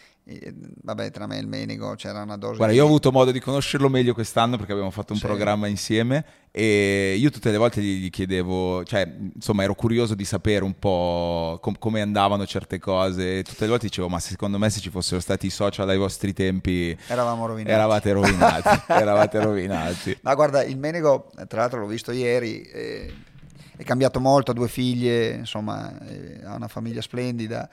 vabbè, tra me e il Menego c'era una dose. Guarda, di... io ho avuto modo di conoscerlo meglio quest'anno perché abbiamo fatto un sì. programma insieme, e io tutte le volte gli, gli chiedevo, cioè insomma ero curioso di sapere un po' com- come andavano certe cose, e tutte le volte dicevo ma secondo me se ci fossero stati i social ai vostri tempi eravamo rovinati. eravate rovinati, eravate rovinati. Ma guarda, il Menego tra l'altro l'ho visto ieri, eh, è cambiato molto, ha due figlie, insomma, eh, ha una famiglia splendida.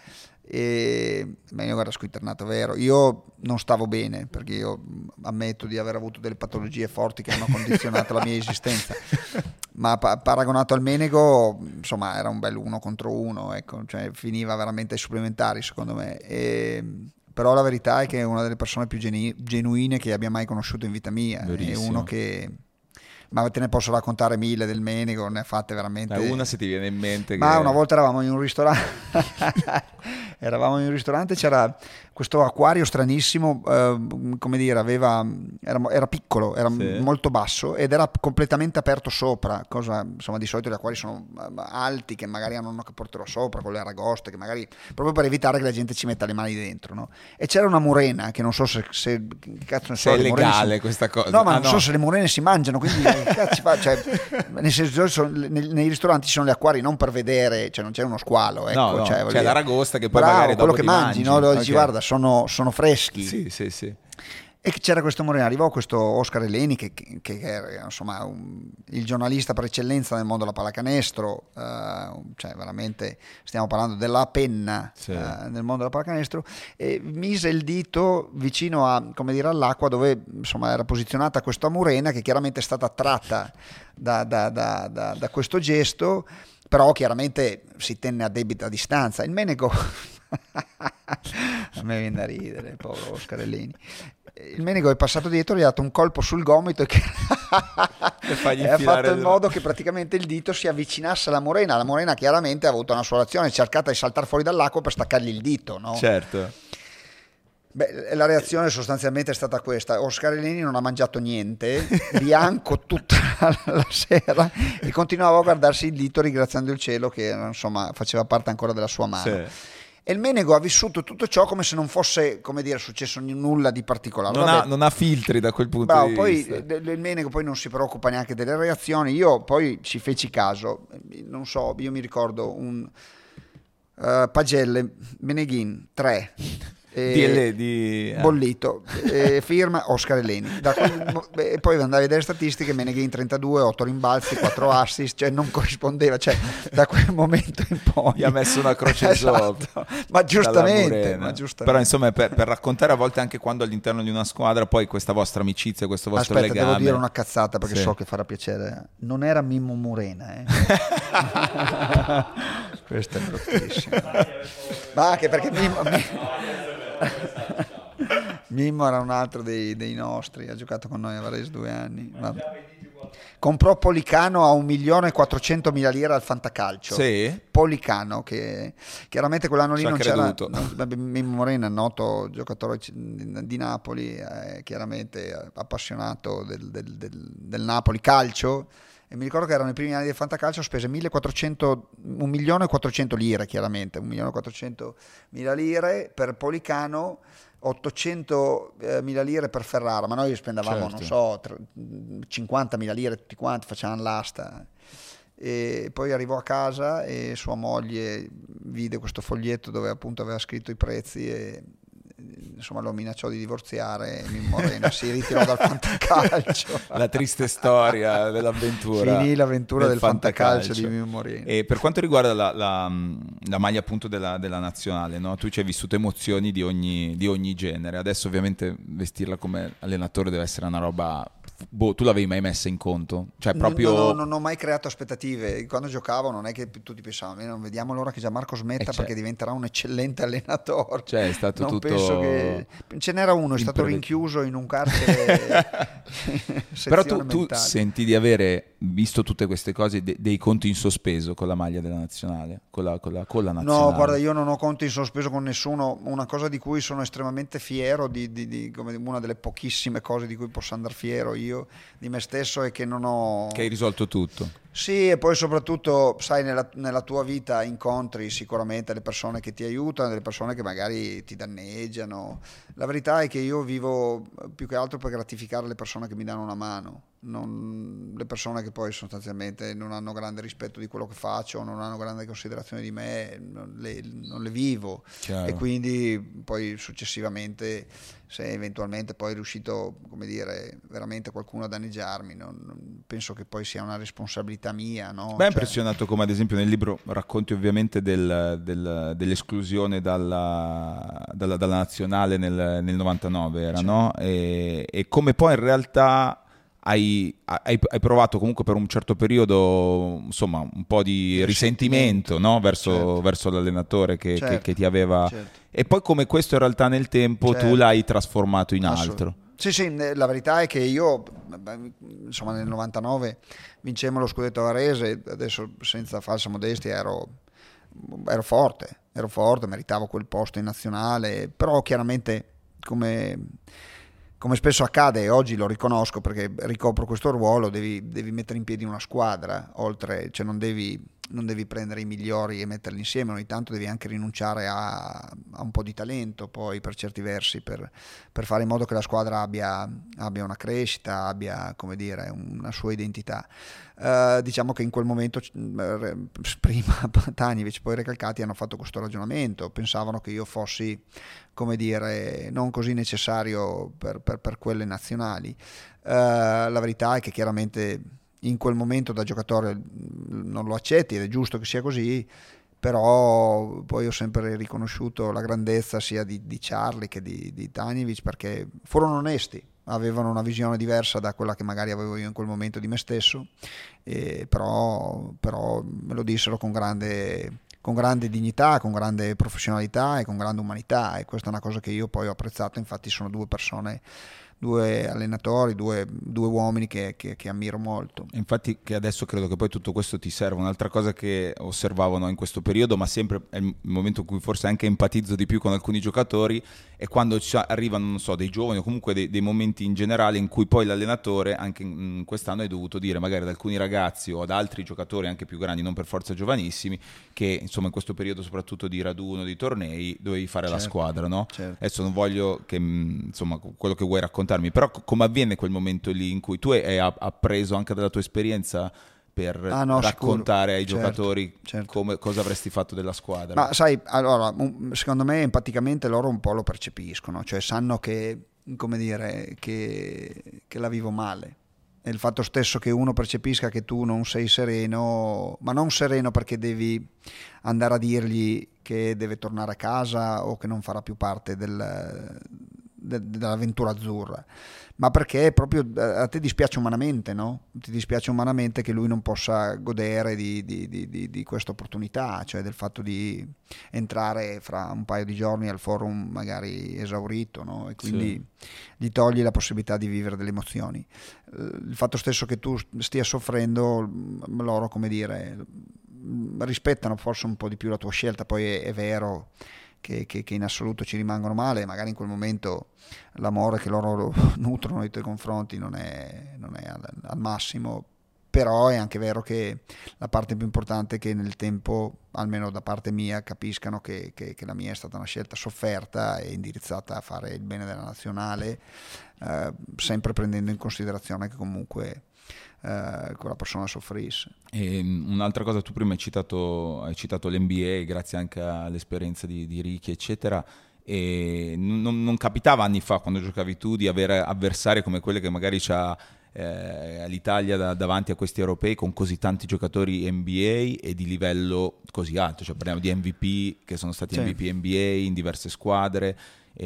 E beh, io guarda, squinternato vero, io non stavo bene perché io ammetto di aver avuto delle patologie forti che hanno condizionato la mia esistenza, ma pa- paragonato al Menego insomma era un bel uno contro uno, ecco, cioè finiva veramente ai supplementari secondo me, e, però la verità è che è una delle persone più genu- genuine che abbia mai conosciuto in vita mia. Verissimo. È uno che, ma te ne posso raccontare mille del Menego, ne ha fatte veramente. Dai, una se ti viene in mente. Ma che... una volta eravamo in un ristorante, eravamo in un ristorante, c'era questo acquario stranissimo, eh, come dire, aveva, era, era piccolo, era sì. molto basso ed era completamente aperto sopra, cosa, insomma di solito gli acquari sono alti che magari hanno una copertura sopra con le aragoste, che magari proprio per evitare che la gente ci metta le mani dentro, no? E c'era una murena che non so se, se cazzo ne so, se è le legale si... questa cosa. No, ma ah, non no. so se le murene si mangiano, quindi cazzo fa, cioè, nel senso, sono, nei, nei ristoranti ci sono gli acquari non per vedere, cioè non c'è uno squalo, ecco, no, no, cioè, c'è l'aragosta che poi bravo, magari dopo quello che ti mangi, mangi, no? Lo dici okay. guarda, sono, sono freschi. Sì, sì, sì. E c'era questo Moreno, arrivò questo Oscar Eleni che, che, che era insomma un, il giornalista per eccellenza nel mondo della pallacanestro, uh, cioè veramente stiamo parlando della penna, sì. uh, nel mondo della pallacanestro, e mise il dito vicino a, come dire, all'acqua dove insomma era posizionata questa murena che chiaramente è stata attratta da, da, da, da, da questo gesto, però chiaramente si tenne a debita distanza. Il Menego a me viene da ridere, povero Oscar Eleni. Il Menego è passato dietro, gli ha dato un colpo sul gomito e, che... e ha fatto in modo che praticamente il dito si avvicinasse alla morena. La morena chiaramente ha avuto una sua reazione, ha cercato di saltare fuori dall'acqua per staccargli il dito, no? Certo. Beh, la reazione sostanzialmente è stata questa: Oscar Eleni non ha mangiato niente, bianco tutta la sera, e continuava a guardarsi il dito ringraziando il cielo che insomma faceva parte ancora della sua mano. Sì. E il Menego ha vissuto tutto ciò come se non fosse, come dire, successo nulla di particolare. Non, ha, non ha filtri da quel punto bravo, di poi, vista. Il Menego poi non si preoccupa neanche delle reazioni. Io poi ci feci caso, non so, io mi ricordo un uh, Pagelle, Meneghin, tre. E di, di, bollito, e firma Oscar Eleni. Da quel, e poi andai a vedere statistiche, Meneghin trentadue, otto rimbalzi, quattro assist, cioè non corrispondeva, cioè da quel momento in poi gli ha messo una croce esatto. sopra, ma, giustamente, ma giustamente però insomma per, per raccontare a volte anche quando all'interno di una squadra poi questa vostra amicizia, questo vostro aspetta legame. devo dire una cazzata perché sì. so che farà piacere, non era Mimmo Murena eh. Questo è bruttissimo, ma anche perché Mimmo, Mimmo era un altro dei, dei nostri, ha giocato con noi a Varese due anni. Vabbè. Comprò Policano a un milione e quattrocentomila lire al Fantacalcio. Sì. Policano, che chiaramente quell'anno lì Ci ha non creduto. c'era. Non, Mimmo Morena, noto giocatore di Napoli, eh, chiaramente appassionato del, del, del, del Napoli calcio. E mi ricordo che erano i primi anni del Fantacalcio, spese millequattrocento, un milione e quattrocento lire, chiaramente, un milione e quattrocentomila lire per Policano, ottocentomila lire per Ferrara, ma noi spendavamo, certo. non so, cinquantamila lire tutti quanti, facevamo l'asta. E poi arrivò a casa e sua moglie vide questo foglietto dove appunto aveva scritto i prezzi e insomma lo minacciò di divorziare e Mimmo Morena si ritirò dal fantacalcio. La triste storia dell'avventura. Finì l'avventura del, del fantacalcio, fantacalcio di Mimmo Morena. E per quanto riguarda la, la, la maglia appunto della, della nazionale, no? Tu ci hai vissuto emozioni di ogni, di ogni genere. Adesso ovviamente vestirla come allenatore deve essere una roba... Boh, tu l'avevi mai messa in conto? Cioè proprio... No, no, non ho mai creato aspettative. Quando giocavo non è che tutti pensavano, non vediamo l'ora che Gianmarco smetta eh perché diventerà un eccellente allenatore. Cioè è stato non tutto... penso che... Ce n'era uno, è stato rinchiuso in un carcere. Però tu, tu senti di avere visto tutte queste cose de- dei conti in sospeso con la maglia della nazionale, con la, con la, con la nazionale? No, guarda, io non ho conti in sospeso con nessuno. Una cosa di cui sono estremamente fiero, di, di, di, come una delle pochissime cose di cui posso andare fiero io di me stesso è che non ho... Che hai risolto tutto. Sì, e poi soprattutto, sai, nella, nella tua vita incontri sicuramente le persone che ti aiutano, delle persone che magari ti danneggiano. La verità è che io vivo più che altro per gratificare le persone che mi danno una mano. Non, le persone che poi sostanzialmente non hanno grande rispetto di quello che faccio, non hanno grande considerazione di me, non le, non le vivo. Chiaro. E quindi poi successivamente, se eventualmente poi è riuscito, come dire, veramente qualcuno a danneggiarmi, non, non penso che poi sia una responsabilità mia, no? Beh, è cioè... impressionato come ad esempio nel libro racconti ovviamente del, del, dell'esclusione dalla, dalla, dalla nazionale nel, nel novantanove era, certo. No? E, e come poi in realtà hai, hai, hai provato comunque per un certo periodo insomma un po' di risentimento, no? verso, certo. verso l'allenatore che, certo. che, che ti aveva certo. E poi come questo in realtà nel tempo certo. tu l'hai trasformato in altro. Sì, sì, la verità è che io, insomma, nel novantanove vincemmo lo scudetto a Varese, adesso senza falsa modestia ero, ero forte, ero forte, meritavo quel posto in nazionale, però chiaramente come, come spesso accade, e oggi lo riconosco perché ricopro questo ruolo, devi, devi mettere in piedi una squadra, oltre, cioè non devi... non devi prendere i migliori e metterli insieme, ogni tanto devi anche rinunciare a, a un po' di talento poi per certi versi per, per fare in modo che la squadra abbia, abbia una crescita, abbia, come dire, una sua identità. Uh, diciamo che in quel momento prima Tanjevic poi Recalcati hanno fatto questo ragionamento, pensavano che io fossi, come dire, non così necessario per, per, per quelle nazionali. Uh, la verità è che chiaramente in quel momento da giocatore non lo accetti ed è giusto che sia così, però poi ho sempre riconosciuto la grandezza sia di, di Charlie che di, di Tanjevic, perché furono onesti, avevano una visione diversa da quella che magari avevo io in quel momento di me stesso, e però, però me lo dissero con grande, con grande dignità, con grande professionalità e con grande umanità, e questa è una cosa che io poi ho apprezzato. Infatti sono due persone, due allenatori, due, due uomini che, che, che ammiro molto. Infatti che adesso credo che poi tutto questo ti serva. Un'altra cosa che osservavano in questo periodo, ma sempre è il momento in cui forse anche empatizzo di più con alcuni giocatori, è quando ci arrivano, non so, dei giovani o comunque dei, dei momenti in generale in cui poi l'allenatore, anche in quest'anno, hai dovuto dire magari ad alcuni ragazzi o ad altri giocatori anche più grandi, non per forza giovanissimi, che insomma in questo periodo soprattutto di raduno, di tornei, dovevi fare certo, la squadra, no? Certo. Adesso non voglio che, insomma, quello che vuoi raccontare, però come avviene quel momento lì in cui tu hai appreso anche dalla tua esperienza per ah, no, raccontare sicuro. ai certo, giocatori certo. come, cosa avresti fatto della squadra. Ma sai, allora, secondo me empaticamente loro un po' lo percepiscono, cioè sanno che, come dire, che, che la vivo male. E il fatto stesso che uno percepisca che tu non sei sereno, ma non sereno perché devi andare a dirgli che deve tornare a casa o che non farà più parte del, de, dell'avventura azzurra, ma perché proprio a te dispiace umanamente, no? Ti dispiace umanamente che lui non possa godere di, di, di, di, di questa opportunità, cioè del fatto di entrare fra un paio di giorni al forum magari esaurito, no? E quindi sì. Gli togli la possibilità di vivere delle emozioni. Il fatto stesso che tu stia soffrendo, loro, come dire, rispettano forse un po' di più la tua scelta, poi è, è vero che, che, che in assoluto ci rimangono male, magari in quel momento l'amore che loro nutrono nei tuoi confronti non è, non è al, al massimo, però è anche vero che la parte più importante è che nel tempo, almeno da parte mia, capiscano che, che, che la mia è stata una scelta sofferta e indirizzata a fare il bene della nazionale, eh, sempre prendendo in considerazione che comunque eh, quella persona soffrisse. E un'altra cosa, tu prima hai citato, hai citato l'N B A, grazie anche all'esperienza di, di Ricky, eccetera, e non, non capitava anni fa, quando giocavi tu, di avere avversari come quelli che magari c'ha Eh, l'Italia da, davanti a questi europei con così tanti giocatori N B A e di livello così alto, cioè parliamo di M V P che sono stati sì. M V P N B A in diverse squadre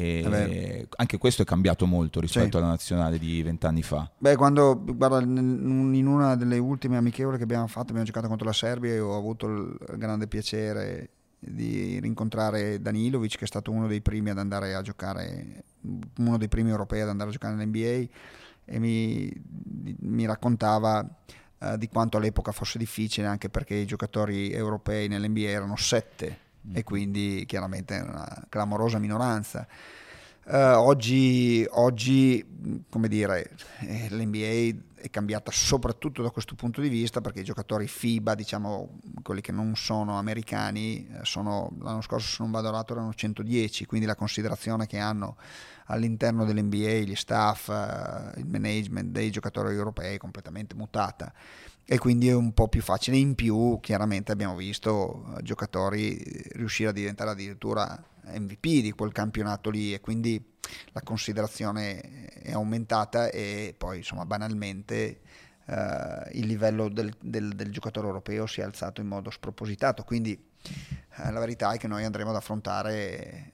e anche questo è cambiato molto rispetto sì. alla nazionale di vent'anni fa. Beh, quando guarda, in una delle ultime amichevoli che abbiamo fatto, abbiamo giocato contro la Serbia e ho avuto il grande piacere di rincontrare Danilovic, che è stato uno dei primi ad andare a giocare, uno dei primi europei ad andare a giocare nell'N B A, e mi, mi raccontava uh, di quanto all'epoca fosse difficile, anche perché i giocatori europei nell'N B A erano sette mm. e quindi chiaramente una clamorosa minoranza. Uh, oggi, oggi, come dire, eh, l'N B A è cambiata soprattutto da questo punto di vista, perché i giocatori FIBA, diciamo quelli che non sono americani, sono, l'anno scorso, se non vado errato, erano centodieci, quindi la considerazione che hanno all'interno dell'N B A gli staff, uh, il management dei giocatori europei è completamente mutata, e quindi è un po' più facile. In più chiaramente abbiamo visto uh, giocatori riuscire a diventare addirittura M V P di quel campionato lì, e quindi la considerazione è aumentata, e poi insomma banalmente uh, il livello del, del, del giocatore europeo si è alzato in modo spropositato, quindi uh, la verità è che noi andremo ad affrontare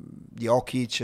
Jokic,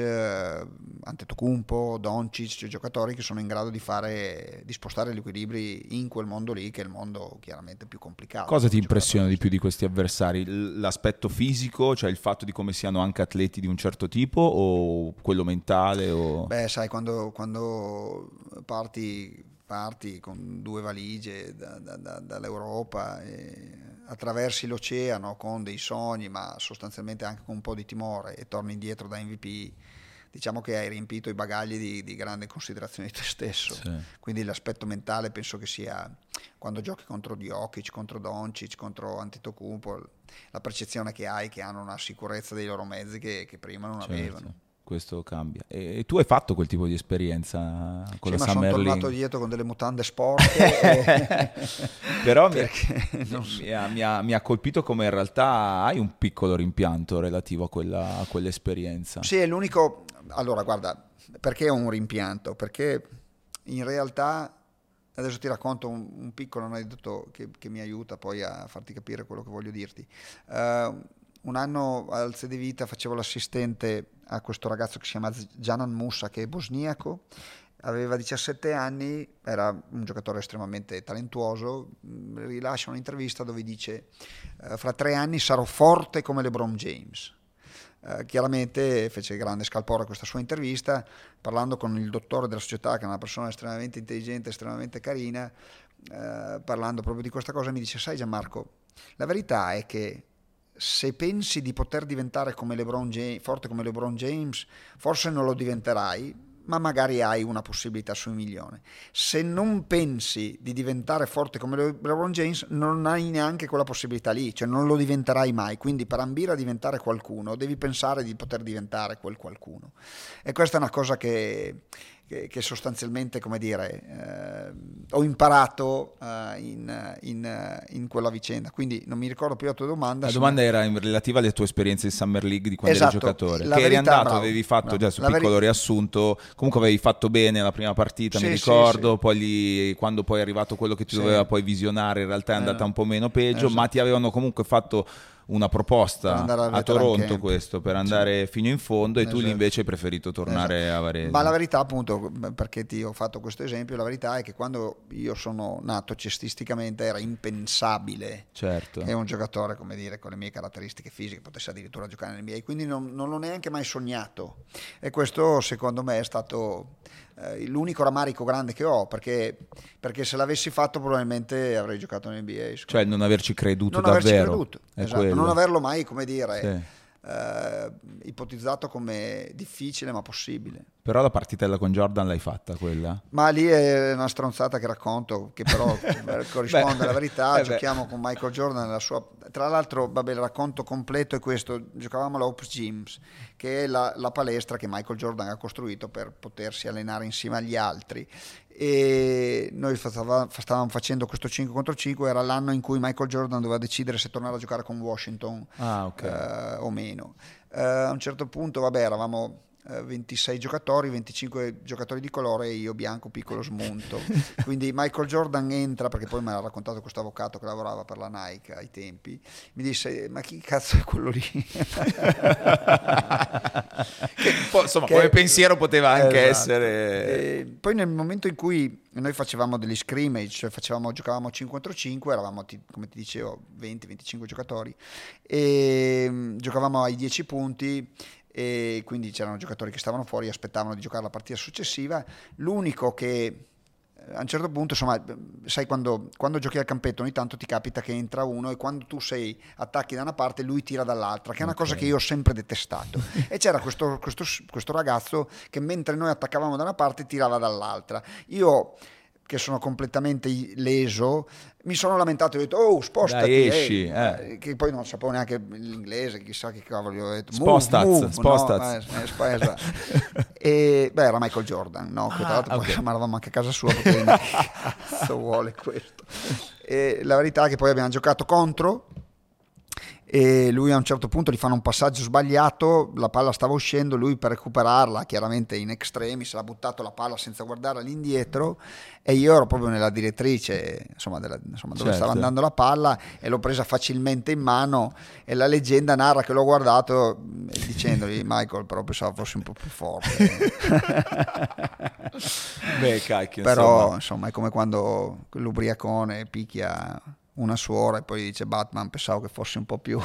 Antetokounmpo, Doncic, cioè giocatori che sono in grado di fare, di spostare gli equilibri in quel mondo lì, che è il mondo chiaramente più complicato. Cosa ti impressiona di più di questi avversari? L'aspetto fisico, cioè il fatto di come siano anche atleti di un certo tipo, o quello mentale? O... Beh, sai, quando, quando parti, parti con due valigie da, da, da, dall'Europa e attraversi l'oceano con dei sogni, ma sostanzialmente anche con un po' di timore, e torni indietro da M V P, diciamo che hai riempito i bagagli di, di grande considerazione di te stesso. Sì. Quindi l'aspetto mentale penso che sia, quando giochi contro Jokic, contro Doncic, contro Antetokounmpo, la percezione che hai che hanno una sicurezza dei loro mezzi che, che prima non certo. avevano. Questo cambia. E tu hai fatto quel tipo di esperienza con sì, la ma Summer sono League? tornato dietro con delle mutande sporche e... però mi, non so. mi, ha, mi, ha, mi ha colpito come in realtà hai un piccolo rimpianto relativo a quella a quell'esperienza. Sì, è l'unico. Allora guarda, perché ho un rimpianto? Perché in realtà, adesso ti racconto un, un piccolo aneddoto che, che mi aiuta poi a farti capire quello che voglio dirti. Uh, un anno al Cedevita facevo l'assistente a questo ragazzo che si chiama Janan Musa, che è bosniaco, aveva diciassette anni, era un giocatore estremamente talentuoso. Rilascia un'intervista dove dice: fra tre anni sarò forte come LeBron James. Uh, chiaramente fece grande scalpore questa sua intervista, parlando con il dottore della società, che è una persona estremamente intelligente, estremamente carina, uh, parlando proprio di questa cosa, mi dice: sai Gianmarco, la verità è che se pensi di poter diventare come LeBron James, forte come LeBron James, forse non lo diventerai, ma magari hai una possibilità su un milione. Se non pensi di diventare forte come LeBron James, non hai neanche quella possibilità lì, cioè non lo diventerai mai. Quindi per ambire a diventare qualcuno devi pensare di poter diventare quel qualcuno. E questa è una cosa che, che, che sostanzialmente, come dire, eh, ho imparato uh, in, in, in quella vicenda, quindi non mi ricordo più la tua domanda. La domanda era in relativa alle tue esperienze in Summer League di quando esatto, eri giocatore, che verità, eri andato, bravo, avevi fatto bravo. già su La piccolo veri- riassunto, comunque avevi fatto bene la prima partita, sì, mi ricordo, sì, sì. poi lì, quando poi è arrivato quello che ti Sì. doveva poi visionare, in realtà è andata Eh, un po' meno peggio, esatto. ma ti avevano comunque fatto una proposta Per andare al a veteran Toronto, camp. questo per andare Sì. fino in fondo, e tu lì Esatto. invece hai preferito tornare Esatto. a Varese. Ma la verità, appunto, perché ti ho fatto questo esempio, la verità è che quando io sono nato cestisticamente era impensabile Certo. che un giocatore, come dire, con le mie caratteristiche fisiche potesse addirittura giocare nell'N B A, quindi non, non l'ho neanche mai sognato, e questo secondo me è stato eh, l'unico rammarico grande che ho, perché, perché se l'avessi fatto probabilmente avrei giocato nell'N B A. Cioè non averci creduto non averci davvero. creduto, È esatto, quello. non averlo mai, come dire, Sì. eh, ipotizzato come difficile ma possibile. Però la partitella con Jordan l'hai fatta quella? Ma lì è una stronzata che racconto, che però corrisponde Beh, alla verità. eh Giochiamo con Michael Jordan nella sua... Tra l'altro, vabbè, il racconto completo è questo: giocavamo alla Hopes Gyms, che è la, la palestra che Michael Jordan ha costruito per potersi allenare insieme agli altri, e noi stavamo facendo questo cinque contro cinque. Era l'anno in cui Michael Jordan doveva decidere se tornare a giocare con Washington Ah, ok. eh, o meno. Eh, a un certo punto, vabbè, eravamo ventisei giocatori, venticinque giocatori di colore e io bianco piccolo smunto. Quindi Michael Jordan entra, perché poi mi ha raccontato questo avvocato che lavorava per la Nike ai tempi, mi disse: ma chi cazzo è quello lì? Che, poi, insomma, Che- come pensiero poteva anche Esatto. essere... E poi nel momento in cui noi facevamo degli scrimmage, cioè facevamo, giocavamo cinque contro cinque, eravamo ti- come ti dicevo venti venticinque giocatori, e mm, giocavamo ai dieci punti, e quindi c'erano giocatori che stavano fuori e aspettavano di giocare la partita successiva. L'unico che eh, a un certo punto, insomma, sai, quando, quando giochi al campetto ogni tanto ti capita che entra uno e quando tu sei attacchi da una parte lui tira dall'altra, che è una Ok. cosa che io ho sempre detestato. E c'era questo, questo, questo ragazzo che mentre noi attaccavamo da una parte tirava dall'altra. Io, che sono completamente leso, mi sono lamentato e ho detto: oh, spostati, Dai, esci, ehi. eh. Che poi non sapevo neanche l'inglese, chissà che cavolo, ho detto Spostaz, move, move, spostaz. no? Eh, eh, sp- esatto. E beh, era Michael Jordan, no? Che tra l'altro Ah, poi ok. eravamo anche a casa sua, perché che cazzo vuole questo? E la verità è che poi abbiamo giocato contro, e lui a un certo punto gli fanno un passaggio sbagliato, la palla stava uscendo, lui per recuperarla, chiaramente in extremis, l'ha buttato la palla senza guardare all'indietro, e io ero proprio nella direttrice, insomma, della, insomma dove Certo. stava andando la palla, e l'ho presa facilmente in mano, e la leggenda narra che l'ho guardato mh, dicendogli: Michael, però pensavo fosse un po' più forte. Beh, cacchio, Però insomma. insomma è come quando l'ubriacone picchia una suora e poi dice: Batman, pensavo che fosse un po' più.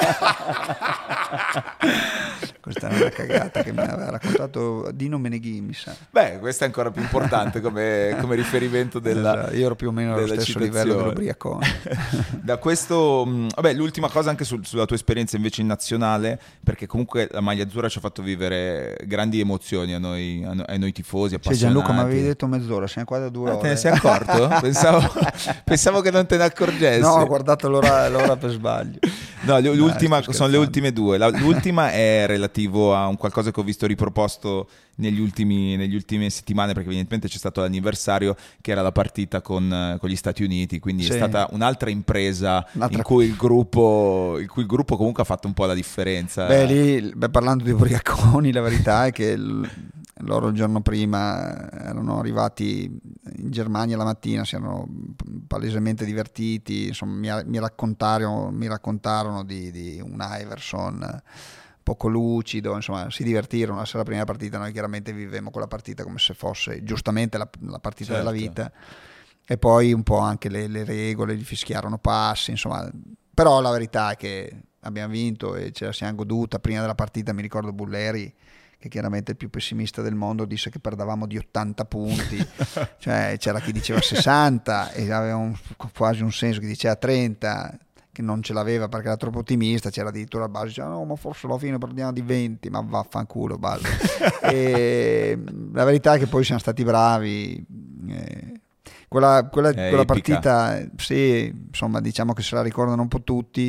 Questa è una cagata che mi aveva raccontato Dino Meneghi, mi sa. Beh, questo è ancora più importante come, come riferimento della, Esatto, io ero più o meno allo della stesso citazione. livello dell'ubriacone. Da questo, mh, vabbè, l'ultima cosa anche sul- sulla tua esperienza invece in nazionale, perché comunque la maglia azzurra ci ha fatto vivere grandi emozioni a noi, a no- ai noi tifosi, Sì, appassionati. Gianluca, mi avevi detto mezz'ora, siamo qua da due Ah, ore. te ne sei accorto? pensavo, pensavo che non te ne accorgessi. No, ho guardato l'ora, l'ora per sbaglio. No, l- l'ultima, sto sono le scherzando. ultime due. La- l'ultima è relativo a un qualcosa che ho visto riproposto negli ultimi, negli ultime settimane, perché evidentemente c'è stato l'anniversario, che era la partita con, eh, con gli Stati Uniti, quindi Sì. è stata un'altra impresa Un'altra- in cui il gruppo, in cui il gruppo comunque ha fatto un po' la differenza. Beh, lì, beh, parlando di ubriaconi, la verità è che l- loro il giorno prima erano arrivati in Germania la mattina, si erano palesemente divertiti, insomma, mi, mi raccontarono, mi raccontarono di, di un Iverson poco lucido, insomma, si divertirono la sera prima della partita. Noi chiaramente vivemmo quella partita come se fosse giustamente la, la partita Certo. della vita, e poi un po' anche le, le regole, gli fischiarono passi, insomma. Però la verità è che abbiamo vinto e ce la siamo goduta. Prima della partita mi ricordo Bulleri, che chiaramente è il più pessimista del mondo, disse che perdavamo di ottanta punti, cioè c'era chi diceva sessanta e aveva un, quasi un senso, chi diceva trenta, che non ce l'aveva perché era troppo ottimista. C'era addirittura al base, diceva: no, ma forse alla fine perdiamo di venti, ma vaffanculo base. E la verità è che poi siamo stati bravi. eh, Quella, quella, È quella epica. partita, sì, insomma, diciamo che se la ricordano un po' tutti,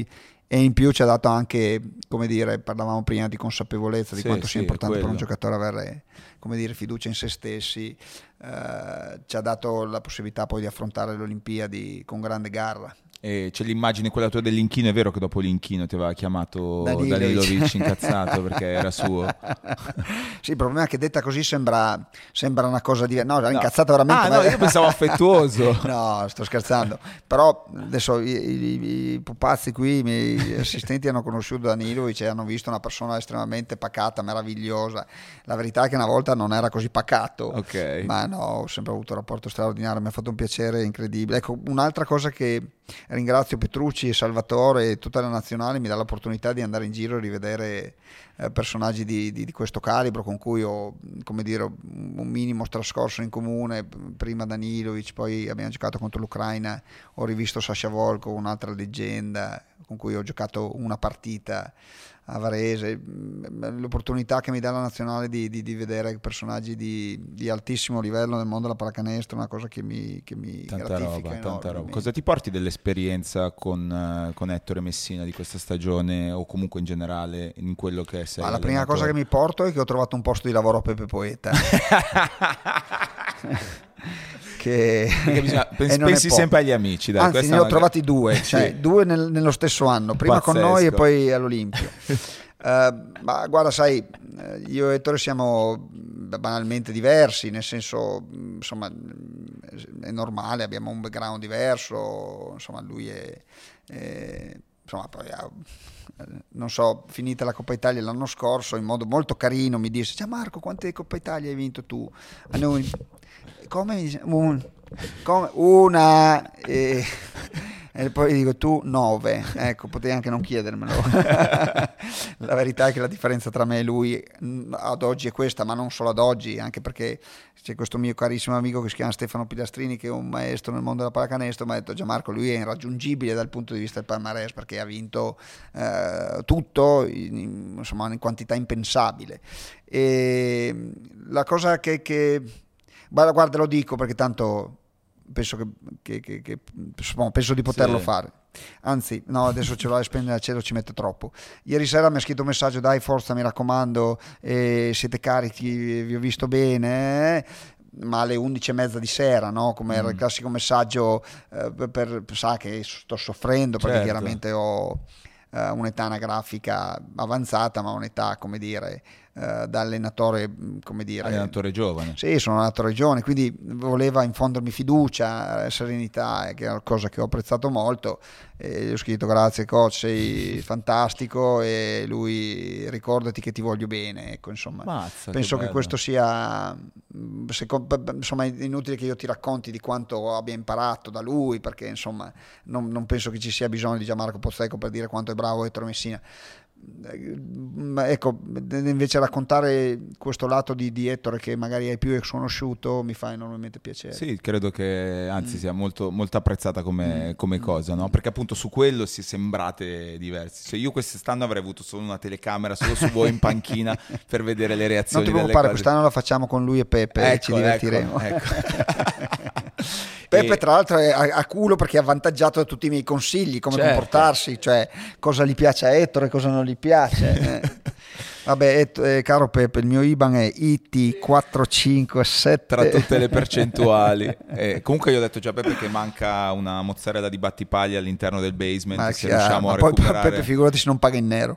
e in più ci ha dato anche, come dire, parlavamo prima di consapevolezza di Sì, quanto sì, sia importante per un quello. giocatore avere, come dire, fiducia in se stessi, eh, ci ha dato la possibilità poi di affrontare le Olimpiadi con grande garra. E c'è l'immagine quella tua dell'inchino, è vero che dopo l'inchino ti aveva chiamato Danilovic. Danilovic incazzato perché era suo? Sì, il problema è che detta così sembra, sembra una cosa diversa. No, era No. incazzato veramente. Ah, ma- no, io pensavo affettuoso. No, sto scherzando. Però adesso i, i- i pupazzi qui, i miei assistenti hanno conosciuto Danilovic e hanno visto una persona estremamente pacata, meravigliosa. La verità è che una volta non era così pacato. Ok. Ma no, ho sempre avuto un rapporto straordinario, mi ha fatto un piacere incredibile. Ecco, un'altra cosa che ringrazio Petrucci e Salvatore e tutta la nazionale, mi dà l'opportunità di andare in giro e rivedere eh, personaggi di, di, di questo calibro con cui ho, come dire, un minimo trascorso in comune. Prima Danilovic, poi abbiamo giocato contro l'Ucraina, ho rivisto Sasha Volkov, un'altra leggenda con cui ho giocato una partita a Varese. L'opportunità che mi dà la nazionale di, di, di vedere personaggi di, di altissimo livello nel mondo della pallacanestro è una cosa che mi, che mi Tanta gratifica roba, tanta roba. enormemente. Cosa ti porti dell'esperienza con, eh, con Ettore Messina di questa stagione o comunque in generale in quello che sei? Ma la prima allenatore? cosa che mi porto è che ho trovato un posto di lavoro a Pepe Poeta. che Perché bisogna- e pens- non è pensi poco. sempre agli amici, dai, Anzi, questa ne è ho una- trovati due, Sì. cioè due nel- nello stesso anno, prima con Pazzesco. noi e poi all'Olimpio. Eh, ma guarda, sai, eh, io e Ettore siamo banalmente diversi, nel senso, mh, insomma, mh, è normale, abbiamo un background diverso, insomma, lui è, è- insomma, poi ha, eh, non so, finita la Coppa Italia l'anno scorso, in modo molto carino mi disse: "Ciao Marco, quante Coppe Italia hai vinto tu?" A noi, come, Un- come? Una, e, e poi dico: "Tu nove", ecco, potevi anche non chiedermelo. La verità è che la differenza tra me e lui mh, ad oggi è questa, ma non solo ad oggi, anche perché c'è questo mio carissimo amico che si chiama Stefano Pilastrini, che è un maestro nel mondo della pallacanestro, mi ha detto: "Gianmarco, lui è irraggiungibile dal punto di vista del palmarès perché ha vinto eh, tutto in, in- insomma, in quantità impensabile". E la cosa che, che guarda, guarda, lo dico perché tanto penso che, che- che- che- insomma, penso di poterlo Sì. fare. Anzi, no, adesso ce l'ho a spendere al cielo, ci mette troppo. Ieri sera mi ha scritto un messaggio: "Dai, forza, mi raccomando, eh, siete carichi, vi ho visto bene", eh. Ma alle undici e mezza di sera, no? Come era il classico messaggio, eh, per, per- sa che sto soffrendo perché Certo. chiaramente ho eh, un'età anagrafica avanzata, ma un'età, come dire, eh, da allenatore, mh, come dire, Allenatore giovane. sì, sono nato a Regione, quindi voleva infondermi fiducia, eh, serenità, eh, che è una cosa che ho apprezzato molto. E gli ho scritto: "Grazie coach, sei fantastico", e lui: "Ricordati che ti voglio bene", ecco, insomma. Mazza, Penso che bello. questo sia, mh, seco- insomma, è inutile che io ti racconti di quanto abbia imparato da lui, perché insomma non, non penso che ci sia bisogno di Gianmarco Pozzecco per dire quanto è bravo Ettore Messina. Ma ecco, invece raccontare questo lato di, di Ettore che magari hai più sconosciuto mi fa enormemente piacere. Sì, credo che anzi Mm. sia molto, molto apprezzata come, come cosa, no? Perché appunto su quello si sembrate diversi. Cioè, io quest'anno avrei avuto solo una telecamera solo su voi in panchina per vedere le Non reazioni ti delle preoccupare, cose. quest'anno la facciamo con lui e Pepe, e Ecco, ci divertiremo. ecco, ecco. Pepe E- tra l'altro è a, a culo perché è avvantaggiato da tutti i miei consigli, come Certo. comportarsi, cioè cosa gli piace a Ettore e cosa non gli piace. eh. Vabbè, Et- eh, caro Pepe, il mio I B A N è I T quattro cinque sette. tra tutte le percentuali. Eh, comunque io ho detto già a Peppe che manca una mozzarella di battipaglia all'interno del basement, Ma, se chiaro, riusciamo ma a poi recuperare. Pepe figurati se non paga in nero.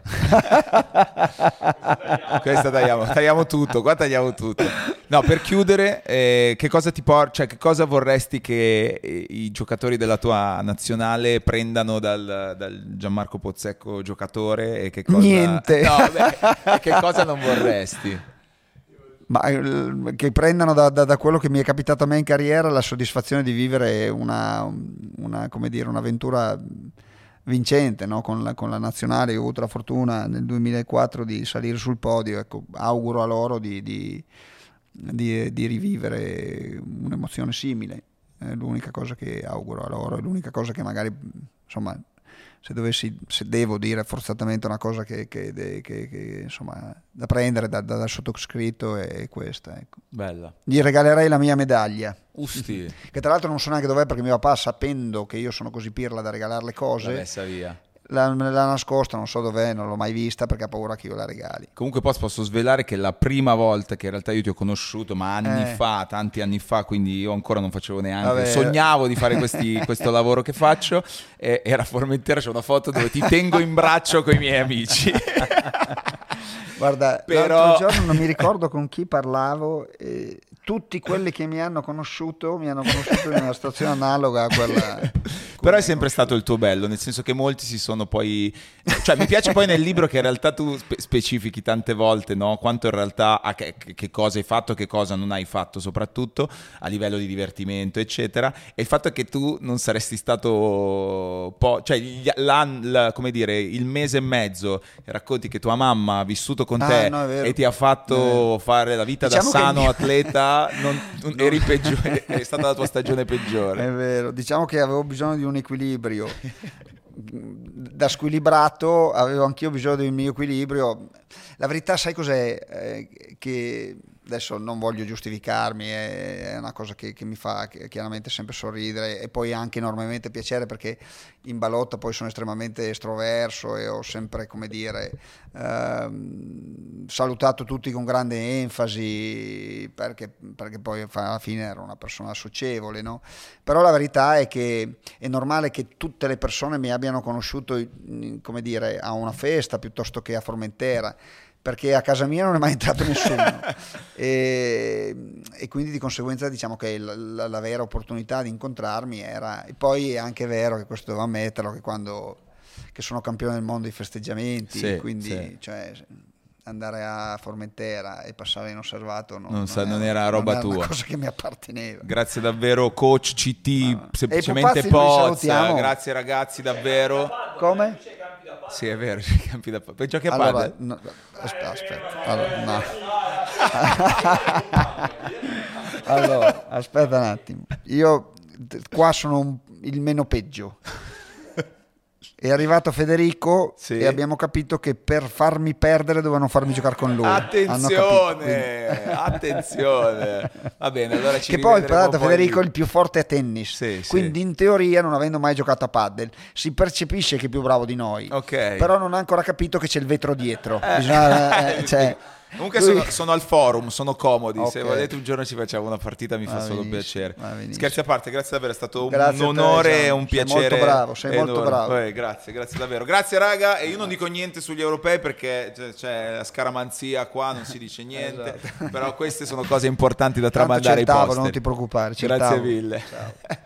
Questa tagliamo, tagliamo tutto, qua tagliamo tutto. No, per chiudere, eh, che cosa ti por- cioè che cosa vorresti che eh, i giocatori della tua nazionale prendano dal, dal Gianmarco Pozzecco giocatore e che cosa Niente. No, beh, e che cosa non vorresti? Ma eh, che prendano da, da- da quello che mi è capitato a me in carriera la soddisfazione di vivere una, una, come dire, un'avventura vincente, no? con, la, con la nazionale. Io ho avuto la fortuna nel duemilaquattro di salire sul podio, ecco, auguro a loro di, di, di, di rivivere un'emozione simile. È l'unica cosa che auguro a loro, è l'unica cosa che magari, insomma, se dovessi, se devo dire forzatamente una cosa che, che, che, che insomma, da prendere da, da, dal sottoscritto è questa, ecco. Bella. Gli regalerei la mia medaglia, Usti, che tra l'altro non so neanche dov'è perché mio papà, sapendo che io sono così pirla da regalare le l'ha cose, messa via. l'ha, me l'ha nascosta, non so dov'è, non l'ho mai vista perché ha paura che io la regali. Comunque poi posso svelare che la prima volta che in realtà io ti ho conosciuto, ma anni Eh. fa, tanti anni fa, quindi io ancora non facevo neanche, Vabbè. sognavo di fare questi, questo lavoro che faccio, e era a Formentera, c'è una foto dove ti tengo in braccio con i miei amici. Guarda, Però- l'altro giorno non mi ricordo con chi parlavo, e tutti quelli che mi hanno conosciuto mi hanno conosciuto in una situazione analoga a quella. Però è sempre stato il tuo bello, nel senso che molti si sono poi... Cioè mi piace poi nel libro che in realtà tu spe- specifichi tante volte, no? Quanto in realtà a che, che cosa hai fatto, che cosa non hai fatto, soprattutto a livello di divertimento, eccetera. E il fatto è che tu non saresti stato... Po- cioè, gli- l'an- la- come dire, il mese e mezzo racconti che tua mamma ha vissuto con Ah, te no, è vero. e ti ha fatto fare la vita Diciamo da che sano il mio- atleta, non, non- eri peggiore, è stata la tua stagione peggiore. È vero, diciamo che avevo bisogno di un equilibrio. Da squilibrato avevo anch'io bisogno del mio equilibrio. La verità, sai cos'è? Eh, che adesso non voglio giustificarmi, è, è una cosa che, che mi fa che- chiaramente sempre sorridere e poi anche enormemente piacere, perché in ballotta poi sono estremamente estroverso e ho sempre, come dire, ehm, salutato tutti con grande enfasi, perché, perché poi alla fine ero una persona socievole, no? Però la verità è che è normale che tutte le persone mi abbiano conosciuto, in- come dire, a una festa piuttosto che a Formentera, perché a casa mia non è mai entrato nessuno e, e quindi di conseguenza diciamo che la, la, la vera opportunità di incontrarmi era, e poi è anche vero che questo devo ammetterlo, che quando che sono campione del mondo di festeggiamenti, Sì, quindi sì. cioè, andare a Formentera e passare inosservato non, Non sa- non era roba non era tua. una cosa che mi apparteneva. Grazie davvero coach C T, Ah. semplicemente E i pupazzi li Poz, salutiamo. grazie ragazzi davvero. Come? Sì è vero, c'è i campi da padel. Giochi a Allora, padel? no, aspetta, aspetta. Allora, no. Allora, aspetta un attimo. Io t- qua sono un- il meno peggio. È arrivato Federico Sì. e abbiamo capito che per farmi perdere dovevano farmi giocare con lui. Hanno capito, Attenzione, quindi- attenzione. Va bene, allora ci che poi, rivedremo tra l'altro, poi Federico è lì. il più forte a tennis. Sì, sì. Quindi, in teoria, non avendo mai giocato a paddle, si percepisce che è più bravo di noi. Ok. Però non ha ancora capito che c'è il vetro dietro. Bisogna, eh, cioè, Comunque lui- sono, sono al forum, sono comodi. Se Ok. volete un giorno ci facciamo una partita, mi fa Va solo benissimo, piacere. va benissimo. Scherzi a parte, grazie davvero, è stato Grazie a un te, onore e Gian. un Sei piacere. molto bravo, sei molto enorme. bravo. Eh, grazie, grazie davvero. Grazie raga, e io non dico niente sugli europei perché c'è, c'è la scaramanzia qua, non si dice niente. Però queste sono cose importanti da Tanto c'è tramandare ai il tavolo, posteri. non ti preoccupare, c'è il Grazie tavolo. mille. Ciao.